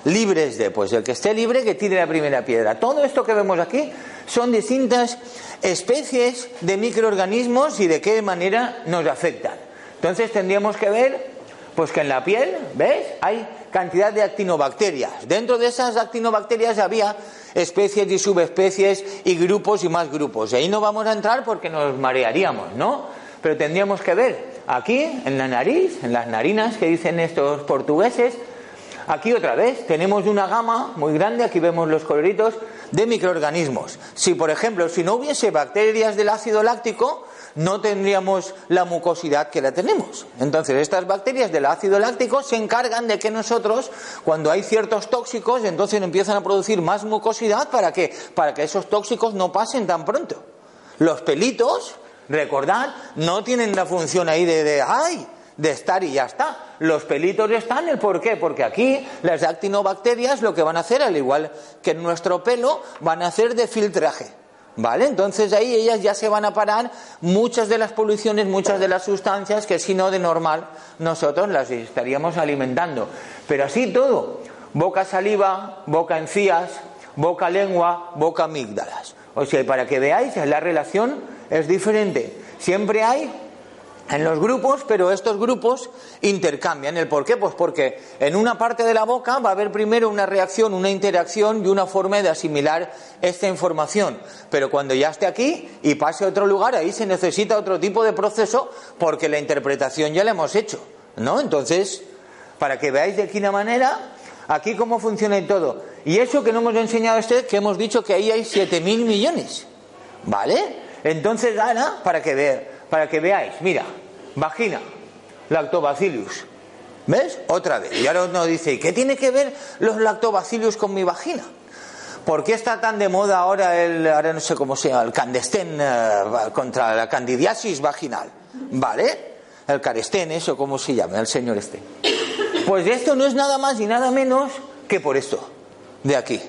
libres de, pues el que esté libre que tire la primera piedra. Todo esto que vemos aquí son distintas especies de microorganismos y de qué manera nos afectan. Entonces tendríamos que ver, pues que en la piel, ¿ves?, hay cantidad de actinobacterias. Dentro de esas actinobacterias había especies y subespecies y grupos y más grupos. Y ahí no vamos a entrar porque nos marearíamos, ¿no? Pero tendríamos que ver aquí, en la nariz, en las narinas que dicen estos portugueses. Aquí otra vez tenemos una gama muy grande, aquí vemos los coloritos, de microorganismos. Si, por ejemplo, si no hubiese bacterias del ácido láctico, no tendríamos la mucosidad que la tenemos. Entonces, estas bacterias del ácido láctico se encargan de que nosotros, cuando hay ciertos tóxicos, entonces empiezan a producir más mucosidad. ¿Para qué? Para que esos tóxicos no pasen tan pronto. Los pelitos, recordad, no tienen la función ahí de estar y ya está. Los pelitos están, ¿el por qué? Porque aquí las actinobacterias lo que van a hacer, al igual que en nuestro pelo, van a hacer de filtraje, ¿vale? Entonces ahí ellas ya se van a parar muchas de las poluciones, muchas de las sustancias que si no de normal nosotros las estaríamos alimentando. Pero así todo, boca saliva, boca encías, boca lengua, boca amígdalas. O sea, para que veáis, la relación es diferente. Siempre hay en los grupos, pero estos grupos intercambian. ¿El por qué? Pues porque en una parte de la boca va a haber primero una reacción, una interacción y una forma de asimilar esta información. Pero cuando ya esté aquí y pase a otro lugar, ahí se necesita otro tipo de proceso porque la interpretación ya la hemos hecho, ¿no? Entonces, para que veáis de qué manera, aquí cómo funciona y todo. Y eso que no hemos enseñado a ustedes, que hemos dicho que ahí hay 7.000 millones, ¿vale? Entonces, ahora, para que veáis, mira, vagina, lactobacillus, ¿ves? Otra vez, y ahora nos dice, ¿y qué tiene que ver los lactobacillus con mi vagina? ¿Por qué está tan de moda ahora ahora no sé cómo se llama, el Candestén contra la candidiasis vaginal? ¿Vale? El Carestén, eso, ¿cómo se llama? El señor este. Pues esto no es nada más y nada menos que por esto, de aquí.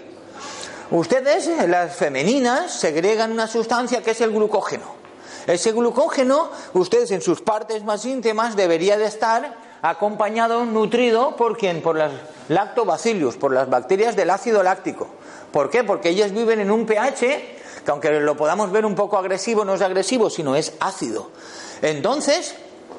Ustedes, las femeninas, segregan una sustancia que es el glucógeno. Ese glucógeno, ustedes en sus partes más íntimas, debería de estar acompañado, nutrido, ¿por quién? Por las lactobacillus, por las bacterias del ácido láctico. ¿Por qué? Porque ellas viven en un pH que, aunque lo podamos ver un poco agresivo, no es agresivo, sino es ácido. Entonces,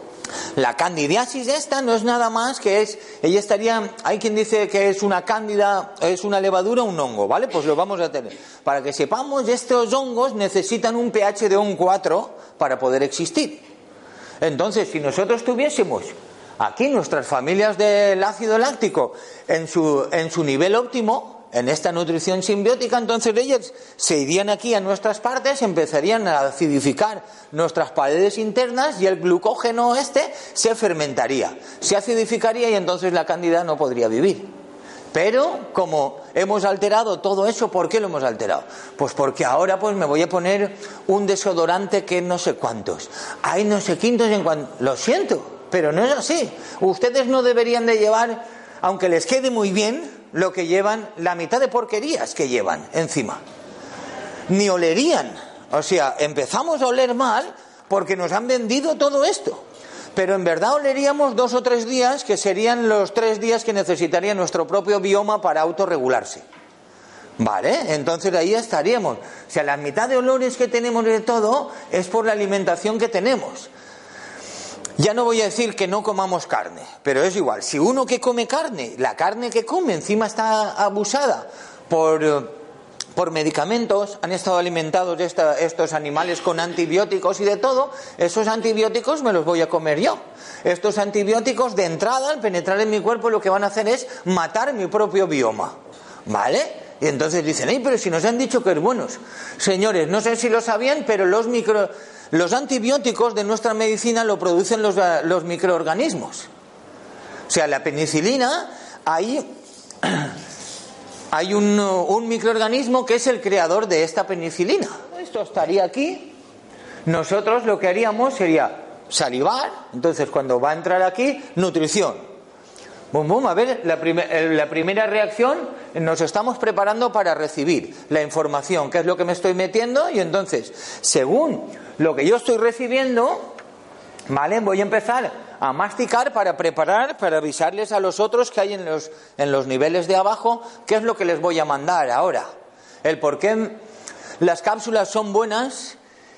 la candidiasis esta no es nada más que ella estaría, hay quien dice que es una cándida, es una levadura, un hongo, ¿vale? Pues lo vamos a tener. Para que sepamos, estos hongos necesitan un pH de un 4 para poder existir. Entonces, si nosotros tuviésemos aquí nuestras familias del ácido láctico en su nivel óptimo, en esta nutrición simbiótica, entonces ellas se irían aquí a nuestras partes, empezarían a acidificar nuestras paredes internas y el glucógeno se fermentaría, se acidificaría y entonces la cándida no podría vivir. Pero como hemos alterado todo eso, ¿por qué lo hemos alterado? Pues porque ahora pues me voy a poner un desodorante que no sé cuántos, hay no sé quintos en cuanto. Lo siento, pero no es así. Ustedes no deberían de llevar, aunque les quede muy bien, lo que llevan, la mitad de porquerías que llevan encima. Ni olerían. O sea, empezamos a oler mal porque nos han vendido todo esto. Pero en verdad oleríamos 2 o 3 días, que serían los 3 días que necesitaría nuestro propio bioma para autorregularse. ¿Vale? Entonces ahí estaríamos. O sea, la mitad de olores que tenemos de todo es por la alimentación que tenemos. Ya no voy a decir que no comamos carne, pero es igual. Si uno que come carne, la carne que come encima está abusada por medicamentos, han estado alimentados estos animales con antibióticos y de todo, esos antibióticos me los voy a comer yo. Estos antibióticos de entrada, al penetrar en mi cuerpo, lo que van a hacer es matar mi propio bioma. ¿Vale? Y entonces dicen, pero si nos han dicho que es buenos. Señores, no sé si lo sabían, pero los antibióticos de nuestra medicina lo producen los microorganismos. O sea, la penicilina, hay un microorganismo que es el creador de esta penicilina. Esto estaría aquí. Nosotros lo que haríamos sería salivar. Entonces, cuando va a entrar aquí, nutrición. Bum, bum, a ver, la primera reacción, nos estamos preparando para recibir la información, que es lo que me estoy metiendo, y entonces, según lo que yo estoy recibiendo, ¿vale? Voy a empezar a masticar para preparar, para avisarles a los otros que hay en los niveles de abajo, qué es lo que les voy a mandar ahora. El por qué las cápsulas son buenas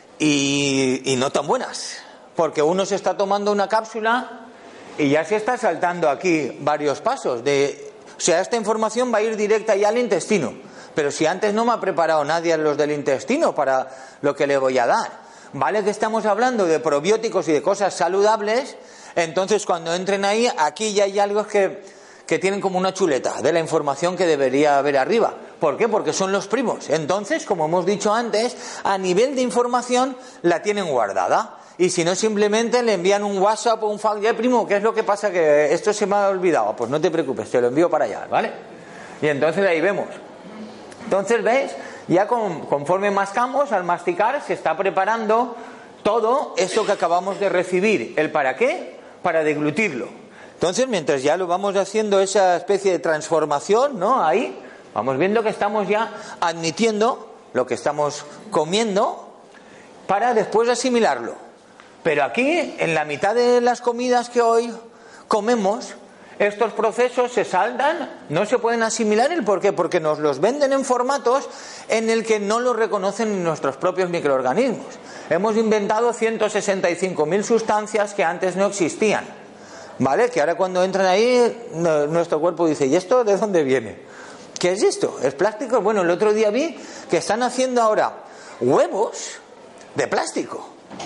y no tan buenas. Porque uno se está tomando una cápsula y ya se está saltando aquí varios pasos. O sea, esta información va a ir directa ya al intestino. Pero si antes no me ha preparado nadie los del intestino para lo que le voy a dar. Vale que estamos hablando de probióticos y de cosas saludables, entonces cuando entren ahí, aquí ya hay algo que tienen como una chuleta de la información que debería haber arriba. ¿Por qué? Porque son los primos. Entonces, como hemos dicho antes, a nivel de información la tienen guardada. Y si no, simplemente le envían un WhatsApp o un fax. Ya, primo, ¿qué es lo que pasa? Que esto se me ha olvidado. Pues no te preocupes, te lo envío para allá, ¿vale? Y entonces ahí vemos. Entonces, ¿ves? Ya conforme mascamos, al masticar, se está preparando todo eso que acabamos de recibir. ¿El para qué? Para deglutirlo. Entonces, mientras ya lo vamos haciendo esa especie de transformación, ¿no? Ahí vamos viendo que estamos ya admitiendo lo que estamos comiendo para después asimilarlo. Pero aquí, en la mitad de las comidas que hoy comemos, estos procesos se saltan, no se pueden asimilar. ¿El por qué? Porque nos los venden en formatos en el que no los reconocen nuestros propios microorganismos. Hemos inventado 165.000 sustancias que antes no existían, ¿vale? Que ahora cuando entran ahí, nuestro cuerpo dice, ¿y esto de dónde viene? ¿Qué es esto? ¿Es plástico? Bueno, el otro día vi que están haciendo ahora huevos de plástico.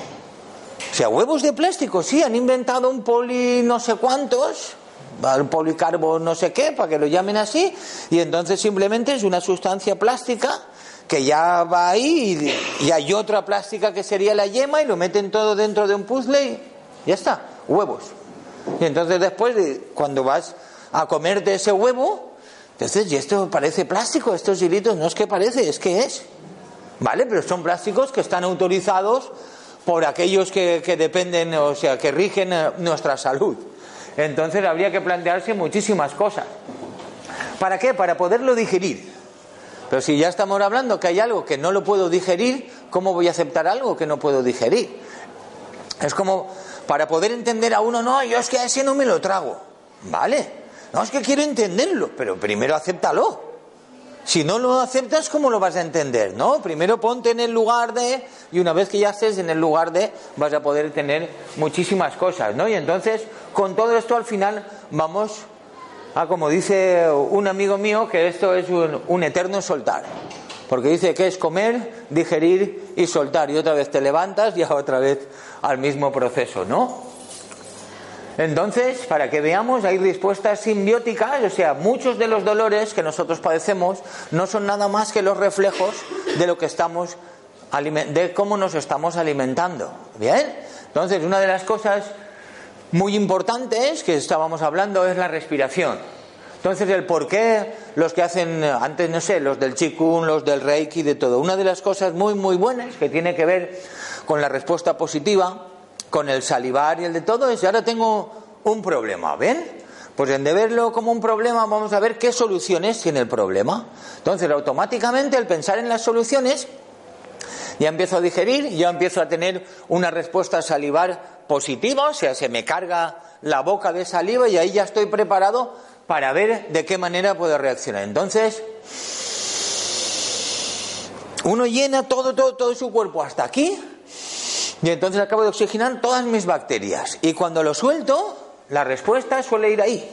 O sea, huevos de plástico, sí, han inventado un poli no sé cuántos, el policarbo no sé qué, para que lo llamen así, y entonces simplemente es una sustancia plástica que ya va ahí y hay otra plástica que sería la yema y lo meten todo dentro de un puzzle y ya está, huevos. Y entonces después, cuando vas a comerte ese huevo, entonces, y esto parece plástico, estos hilitos, no es que parece, es que es. ¿Vale? Pero son plásticos que están autorizados por aquellos que dependen, o sea, que rigen nuestra salud. Entonces habría que plantearse muchísimas cosas. ¿Para qué? Para poderlo digerir. Pero si ya estamos hablando que hay algo que no lo puedo digerir, ¿cómo voy a aceptar algo que no puedo digerir? Es como para poder entender a uno, no, yo es que a ese no me lo trago. ¿Vale? No, es que quiero entenderlo, pero primero acéptalo. Si no lo aceptas, ¿cómo lo vas a entender? ¿No? Primero ponte en el lugar de, y una vez que ya estés en el lugar de, vas a poder tener muchísimas cosas, ¿no? Y entonces, con todo esto al final vamos a, como dice un amigo mío, que esto es un eterno soltar. Porque dice que es comer, digerir y soltar. Y otra vez te levantas y otra vez al mismo proceso, ¿no? Entonces, para que veamos, hay respuestas simbióticas, o sea, muchos de los dolores que nosotros padecemos no son nada más que los reflejos de lo que estamos, de cómo nos estamos alimentando. ¿Bien? Entonces, una de las cosas muy importantes que estábamos hablando es la respiración. Entonces, el por qué los que hacen, antes no sé, los del Qigong, los del Reiki, de todo. Una de las cosas muy, muy buenas que tiene que ver con la respuesta positiva, con el salivar y el de todo, es, ahora tengo un problema, ¿ven? Pues en de verlo como un problema vamos a ver qué soluciones tiene el problema. Entonces automáticamente al pensar en las soluciones ya empiezo a digerir, ya empiezo a tener una respuesta salivar positiva, o sea, se me carga la boca de saliva y ahí ya estoy preparado para ver de qué manera puedo reaccionar. Entonces uno llena todo su cuerpo hasta aquí. Y entonces acabo de oxigenar todas mis bacterias. Y cuando lo suelto, la respuesta suele ir ahí.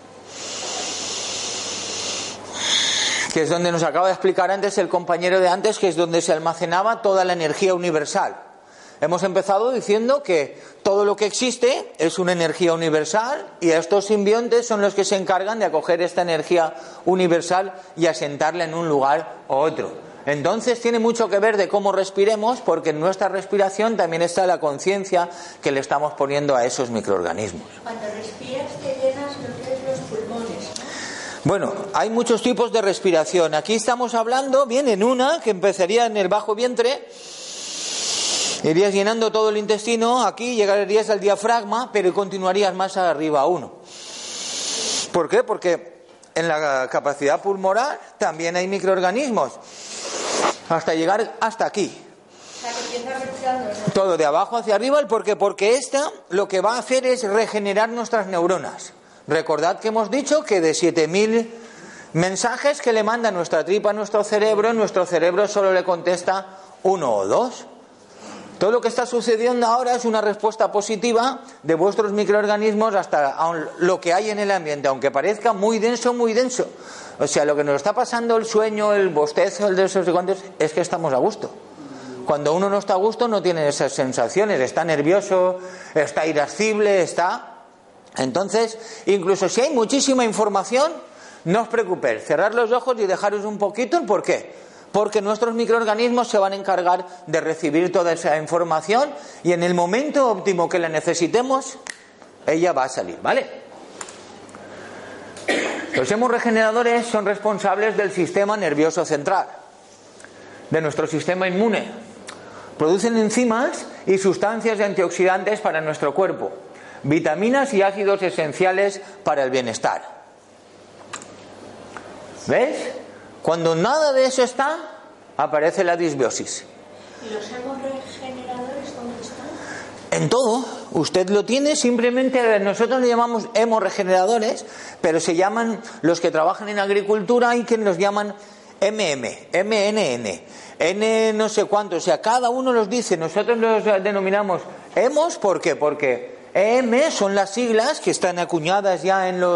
Que es donde nos acaba de explicar antes el compañero de antes, que es donde se almacenaba toda la energía universal. Hemos empezado diciendo que todo lo que existe es una energía universal y estos simbiontes son los que se encargan de acoger esta energía universal y asentarla en un lugar u otro. Entonces tiene mucho que ver de cómo respiremos, porque en nuestra respiración también está la conciencia que le estamos poniendo a esos microorganismos. Cuando respiras te llenas lo que es los pulmones, ¿no? Bueno, hay muchos tipos de respiración. Aquí estamos hablando, bien, en una que empezaría en el bajo vientre, irías llenando todo el intestino, aquí llegarías al diafragma, pero continuarías más arriba aún. ¿Por qué? Porque en la capacidad pulmonar también hay microorganismos. Hasta llegar hasta aquí. O sea, que empieza respirando. Todo de abajo hacia arriba, ¿el por qué? Porque esta lo que va a hacer es regenerar nuestras neuronas. Recordad que hemos dicho que de 7000 mensajes que le manda nuestra tripa a nuestro cerebro solo le contesta 1 o 2. Todo lo que está sucediendo ahora es una respuesta positiva de vuestros microorganismos hasta lo que hay en el ambiente, aunque parezca muy denso, muy denso. O sea, lo que nos está pasando, el sueño, el bostezo, el de esos y cuantos, es que estamos a gusto. Cuando uno no está a gusto no tiene esas sensaciones, está nervioso, está irascible, está... Entonces, incluso si hay muchísima información, no os preocupéis, cerrar los ojos y dejaros un poquito. ¿Por qué? Porque nuestros microorganismos se van a encargar de recibir toda esa información y en el momento óptimo que la necesitemos, ella va a salir, ¿vale? Los hemorregeneradores son responsables del sistema nervioso central, de nuestro sistema inmune. Producen enzimas y sustancias antioxidantes para nuestro cuerpo, vitaminas y ácidos esenciales para el bienestar. ¿Ves? Cuando nada de eso está, aparece la disbiosis. ¿Y los hemorregeneradores dónde están? En todo. Usted lo tiene, simplemente nosotros le llamamos hemorregeneradores, pero se llaman los que trabajan en agricultura y que los llaman MNN, N no sé cuánto, o sea, cada uno los dice, nosotros los denominamos hemos, ¿por qué? Porque EM son las siglas que están acuñadas ya en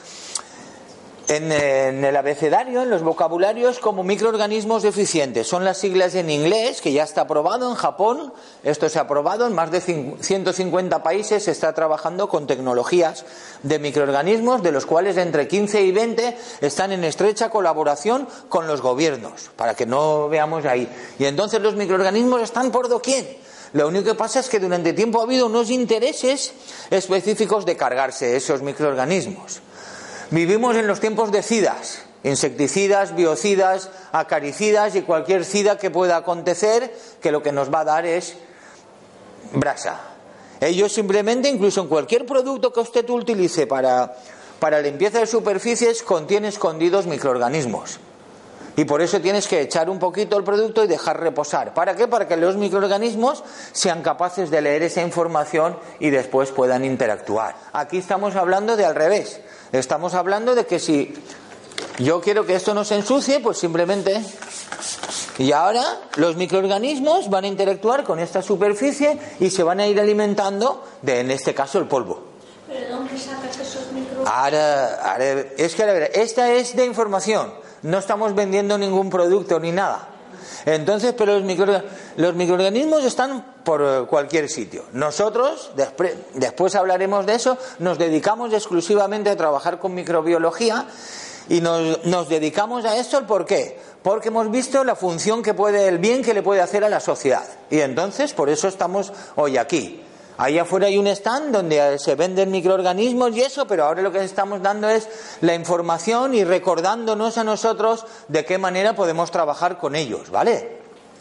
el abecedario, en los vocabularios, como microorganismos deficientes. Son las siglas en inglés, que ya está aprobado en Japón. Esto se ha aprobado en más de 150 países. Se está trabajando con tecnologías de microorganismos, de los cuales entre 15 y 20 están en estrecha colaboración con los gobiernos, para que no veamos ahí. Y entonces los microorganismos están por doquier. Lo único que pasa es que durante tiempo ha habido unos intereses específicos de cargarse esos microorganismos. Vivimos en los tiempos de cidas, insecticidas, biocidas, acaricidas y cualquier sida que pueda acontecer, que lo que nos va a dar es brasa. Ellos simplemente, incluso en cualquier producto que usted utilice para limpieza de superficies, contiene escondidos microorganismos. Y por eso tienes que echar un poquito el producto y dejar reposar. ¿Para qué? Para que los microorganismos sean capaces de leer esa información y después puedan interactuar. Aquí estamos hablando de al revés. Estamos hablando de que si yo quiero que esto no se ensucie, pues simplemente... Y ahora los microorganismos van a interactuar con esta superficie y se van a ir alimentando de, en este caso, el polvo. ¿Pero dónde sacas esos microorganismos? Ahora, es que a ver, esta es de información. No estamos vendiendo ningún producto ni nada. Entonces, pero los microorganismos están por cualquier sitio. Nosotros, después hablaremos de eso, nos dedicamos exclusivamente a trabajar con microbiología y nos dedicamos a esto. ¿Por qué? Porque hemos visto la función el bien que le puede hacer a la sociedad. Y entonces, por eso estamos hoy aquí. Ahí afuera hay un stand donde se venden microorganismos y eso, pero ahora lo que estamos dando es la información y recordándonos a nosotros de qué manera podemos trabajar con ellos, ¿vale?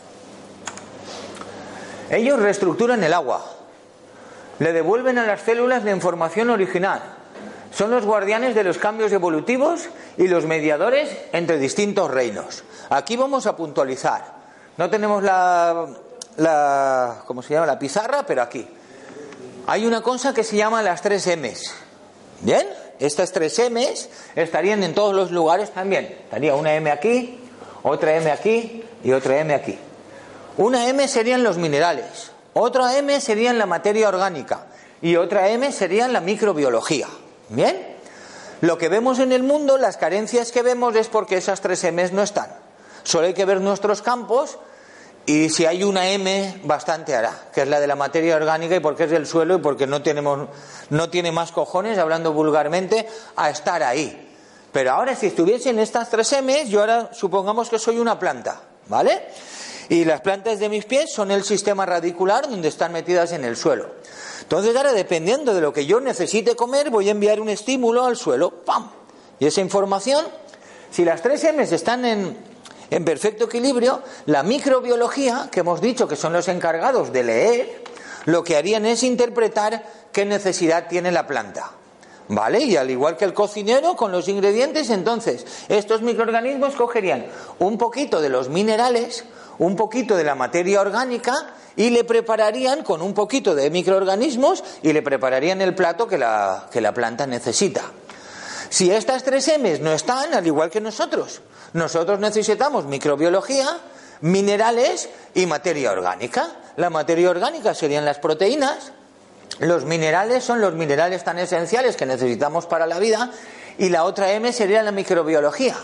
Ellos reestructuran el agua, le devuelven a las células la información original, son los guardianes de los cambios evolutivos y los mediadores entre distintos reinos. Aquí vamos a puntualizar. No tenemos ¿cómo se llama? La pizarra, pero aquí hay una cosa que se llama las 3 M's. ¿Bien? Estas 3 M's estarían en todos los lugares también. Estaría una M aquí, otra M aquí y otra M aquí. Una M serían los minerales, otra M serían la materia orgánica y otra M serían la microbiología. ¿Bien? Lo que vemos en el mundo, las carencias que vemos es porque esas 3 M's no están. Solo hay que ver nuestros campos. Y si hay una M, bastante hará, que es la de la materia orgánica y porque es del suelo y porque no tiene más cojones, hablando vulgarmente, a estar ahí. Pero ahora, si estuviesen estas 3 M's, yo ahora supongamos que soy una planta, ¿vale? Y las plantas de mis pies son el sistema radicular donde están metidas en el suelo. Entonces ahora, dependiendo de lo que yo necesite comer, voy a enviar un estímulo al suelo, ¡pam! Y esa información, si las 3 M's están en perfecto equilibrio, la microbiología, que hemos dicho que son los encargados de leer, lo que harían es interpretar qué necesidad tiene la planta, ¿vale? Y al igual que el cocinero con los ingredientes, entonces estos microorganismos cogerían un poquito de los minerales, un poquito de la materia orgánica y le prepararían con un poquito de microorganismos y le prepararían el plato que la planta necesita. Si estas 3 M's no están, al igual que nosotros necesitamos microbiología, minerales y materia orgánica. La materia orgánica serían las proteínas, los minerales son los minerales tan esenciales que necesitamos para la vida, y la otra M sería la microbiología.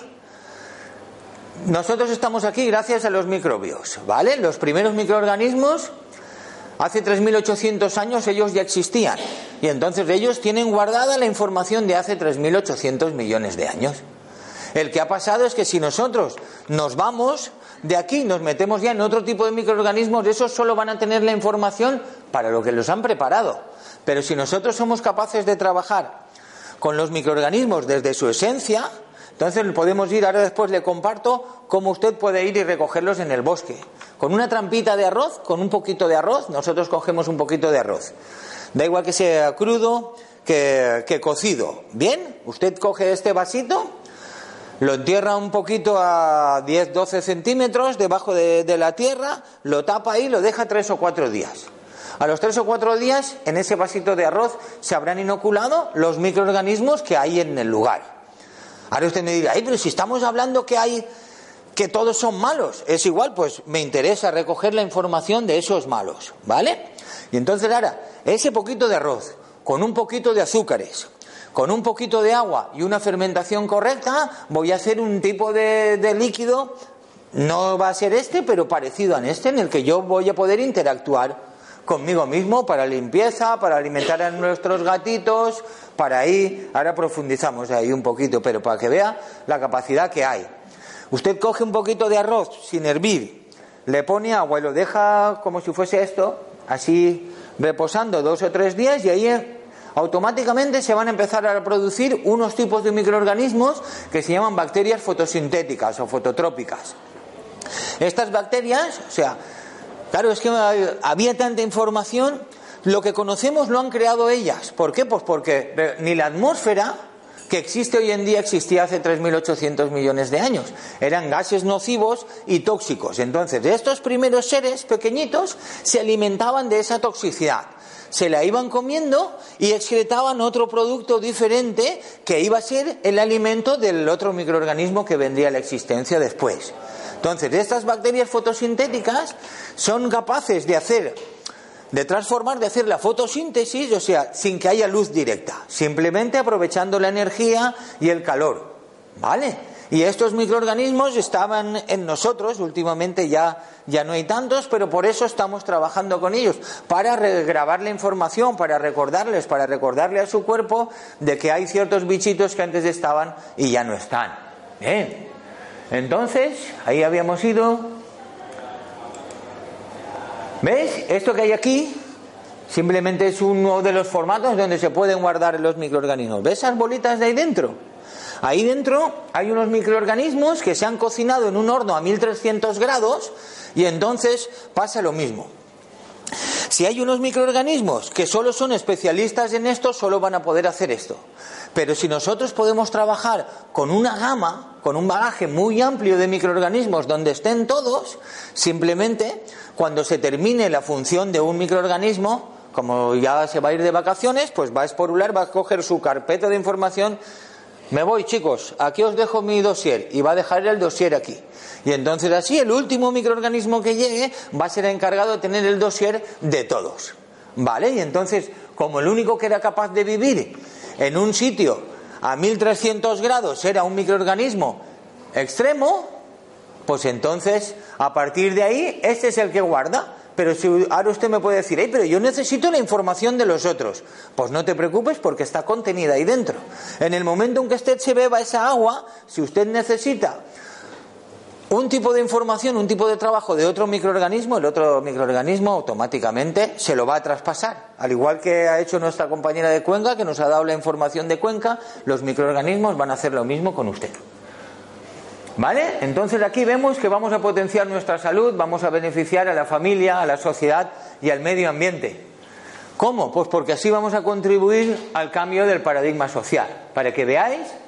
Nosotros estamos aquí gracias a los microbios, ¿vale? Los primeros microorganismos, hace 3.800 años ellos ya existían, y entonces ellos tienen guardada la información de hace 3.800 millones de años. El que ha pasado es que si nosotros nos vamos de aquí, nos metemos ya en otro tipo de microorganismos, esos solo van a tener la información para lo que los han preparado. Pero si nosotros somos capaces de trabajar con los microorganismos desde su esencia, entonces podemos ir, ahora después le comparto cómo usted puede ir y recogerlos en el bosque. Con una trampita de arroz, con un poquito de arroz, nosotros cogemos un poquito de arroz. Da igual que sea crudo que cocido. Bien, usted coge este vasito, lo entierra un poquito a 10-12 centímetros debajo de la tierra, lo tapa ahí y lo deja 3 o 4 días. A los 3 o 4 días, en ese vasito de arroz se habrán inoculado los microorganismos que hay en el lugar. Ahora usted me dirá, pero si estamos hablando que todos son malos, es igual, pues me interesa recoger la información de esos malos, ¿vale? Y entonces ahora, ese poquito de arroz, con un poquito de azúcares, con un poquito de agua y una fermentación correcta, voy a hacer un tipo de líquido, no va a ser este, pero parecido a este, en el que yo voy a poder interactuar conmigo mismo para limpieza, para alimentar a nuestros gatitos, para ahí, ahora profundizamos ahí un poquito, pero para que vea la capacidad que hay. Usted coge un poquito de arroz sin hervir, le pone agua y lo deja como si fuese esto, así reposando 2 o 3 días, y ahí automáticamente se van a empezar a producir unos tipos de microorganismos que se llaman bacterias fotosintéticas o fototrópicas. Estas bacterias, o sea, claro, es que había tanta información, lo que conocemos lo han creado ellas. ¿Por qué? Pues porque ni la atmósfera que existe hoy en día existía hace 3.800 millones de años. Eran gases nocivos y tóxicos. Entonces, estos primeros seres pequeñitos se alimentaban de esa toxicidad. Se la iban comiendo y excretaban otro producto diferente que iba a ser el alimento del otro microorganismo que vendría a la existencia después. Entonces, estas bacterias fotosintéticas son capaces de hacer la fotosíntesis, o sea, sin que haya luz directa, simplemente aprovechando la energía y el calor, ¿vale? Y estos microorganismos estaban en nosotros, últimamente ya no hay tantos, pero por eso estamos trabajando con ellos, para regrabar la información, para recordarle a su cuerpo de que hay ciertos bichitos que antes estaban y ya no están. Bien. Entonces, ahí habíamos ido. ¿Veis? Esto que hay aquí simplemente es uno de los formatos donde se pueden guardar los microorganismos. ¿Ves esas bolitas de ahí dentro? Ahí dentro hay unos microorganismos que se han cocinado en un horno a 1300 grados y entonces pasa lo mismo. Si hay unos microorganismos que solo son especialistas en esto, solo van a poder hacer esto. Pero si nosotros podemos trabajar con una gama, con un bagaje muy amplio de microorganismos donde estén todos, simplemente cuando se termine la función de un microorganismo, como ya se va a ir de vacaciones, pues va a esporular, va a coger su carpeta de información. Me voy, chicos, aquí os dejo mi dossier, y va a dejar el dossier aquí. Y entonces así el último microorganismo que llegue va a ser encargado de tener el dossier de todos, ¿vale? Y entonces, como el único que era capaz de vivir en un sitio a 1300 grados era un microorganismo extremo, pues entonces a partir de ahí este es el que guarda. Pero si ahora usted me puede decir, pero yo necesito la información de los otros, pues no te preocupes porque está contenida ahí dentro. En el momento en que usted se beba esa agua, si usted necesita un tipo de información, un tipo de trabajo de otro microorganismo, el otro microorganismo automáticamente se lo va a traspasar. Al igual que ha hecho nuestra compañera de Cuenca, que nos ha dado la información de Cuenca, los microorganismos van a hacer lo mismo con usted. ¿Vale? Entonces aquí vemos que vamos a potenciar nuestra salud, vamos a beneficiar a la familia, a la sociedad y al medio ambiente. ¿Cómo? Pues porque así vamos a contribuir al cambio del paradigma social. Para que veáis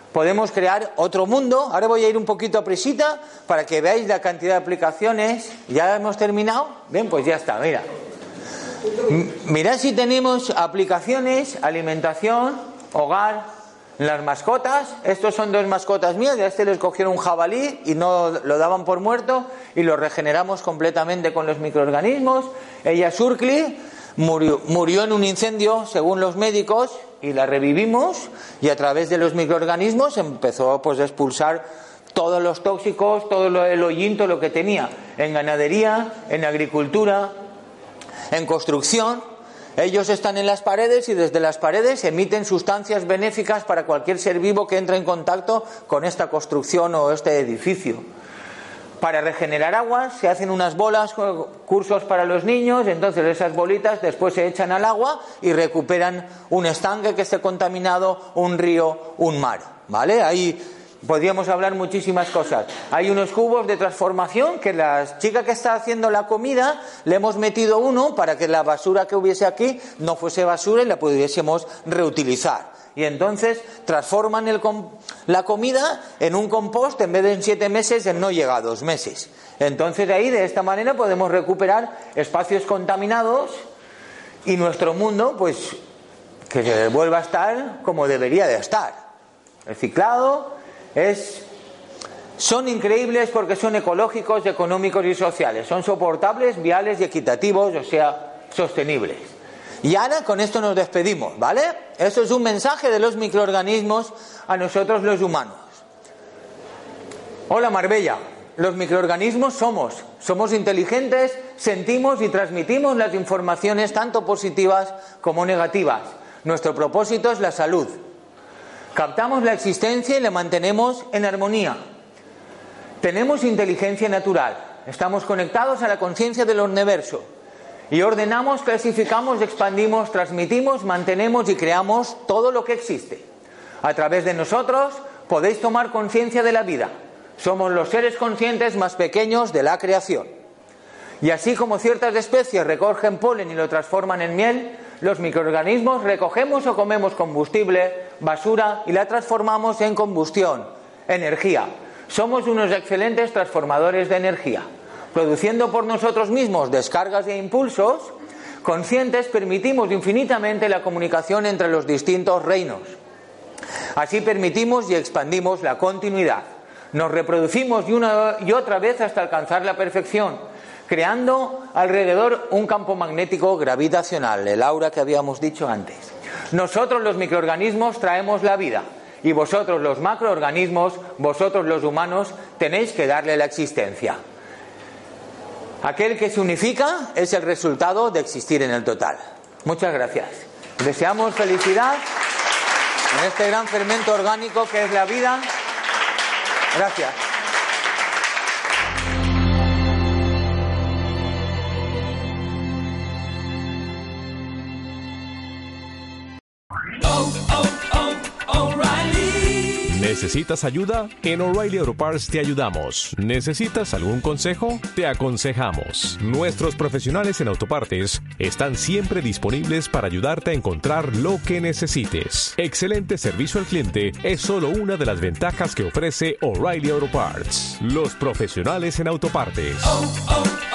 podemos crear otro mundo. Ahora voy a ir un poquito a prisita para que veáis la cantidad de aplicaciones. ¿Ya hemos terminado? Bien, pues ya está, mira. Mirad si tenemos aplicaciones, alimentación, hogar, las mascotas. Estos son 2 mascotas mías. A este les cogieron un jabalí y no lo daban por muerto y lo regeneramos completamente con los microorganismos. Ella, Surkli, murió en un incendio, según los médicos, y la revivimos, y a través de los microorganismos empezó pues a expulsar todos los tóxicos, todo el hollín, todo lo que tenía en ganadería, en agricultura, en construcción. Ellos están en las paredes y desde las paredes emiten sustancias benéficas para cualquier ser vivo que entre en contacto con esta construcción o este edificio. Para regenerar aguas se hacen unas bolas, cursos para los niños, entonces esas bolitas después se echan al agua y recuperan un estanque que esté contaminado, un río, un mar, ¿vale? Ahí podríamos hablar muchísimas cosas. Hay unos cubos de transformación que la chica que está haciendo la comida le hemos metido uno para que la basura que hubiese aquí no fuese basura y la pudiésemos reutilizar. Y entonces transforman la comida en un compost, en vez de en 7 meses, en no llega a 2 meses. Entonces ahí de esta manera podemos recuperar espacios contaminados y nuestro mundo pues que vuelva a estar como debería de estar. Reciclado. Son increíbles porque son ecológicos, económicos y sociales. Son soportables, viales y equitativos, o sea, sostenibles. Y ahora con esto nos despedimos, ¿vale? Esto es un mensaje de los microorganismos a nosotros los humanos. Hola Marbella, los microorganismos somos inteligentes, sentimos y transmitimos las informaciones tanto positivas como negativas. Nuestro propósito es la salud. Captamos la existencia y la mantenemos en armonía. Tenemos inteligencia natural. Estamos conectados a la conciencia del universo. Y ordenamos, clasificamos, expandimos, transmitimos, mantenemos y creamos todo lo que existe. A través de nosotros podéis tomar conciencia de la vida. Somos los seres conscientes más pequeños de la creación. Y así como ciertas especies recogen polen y lo transforman en miel, los microorganismos recogemos o comemos combustible, basura y la transformamos en combustión, energía. Somos unos excelentes transformadores de energía. Produciendo por nosotros mismos descargas e impulsos conscientes, permitimos infinitamente la comunicación entre los distintos reinos. Así permitimos y expandimos la continuidad. Nos reproducimos una y otra vez hasta alcanzar la perfección, creando alrededor un campo magnético gravitacional, el aura que habíamos dicho antes. Nosotros los microorganismos traemos la vida y vosotros los macroorganismos, vosotros los humanos, tenéis que darle la existencia. Aquel que se unifica es el resultado de existir en el total. Muchas gracias. Deseamos felicidad en este gran fermento orgánico que es la vida. Gracias. ¿Necesitas ayuda? En O'Reilly Auto Parts te ayudamos. ¿Necesitas algún consejo? Te aconsejamos. Nuestros profesionales en autopartes están siempre disponibles para ayudarte a encontrar lo que necesites. Excelente servicio al cliente es solo una de las ventajas que ofrece O'Reilly Auto Parts. Los profesionales en autopartes.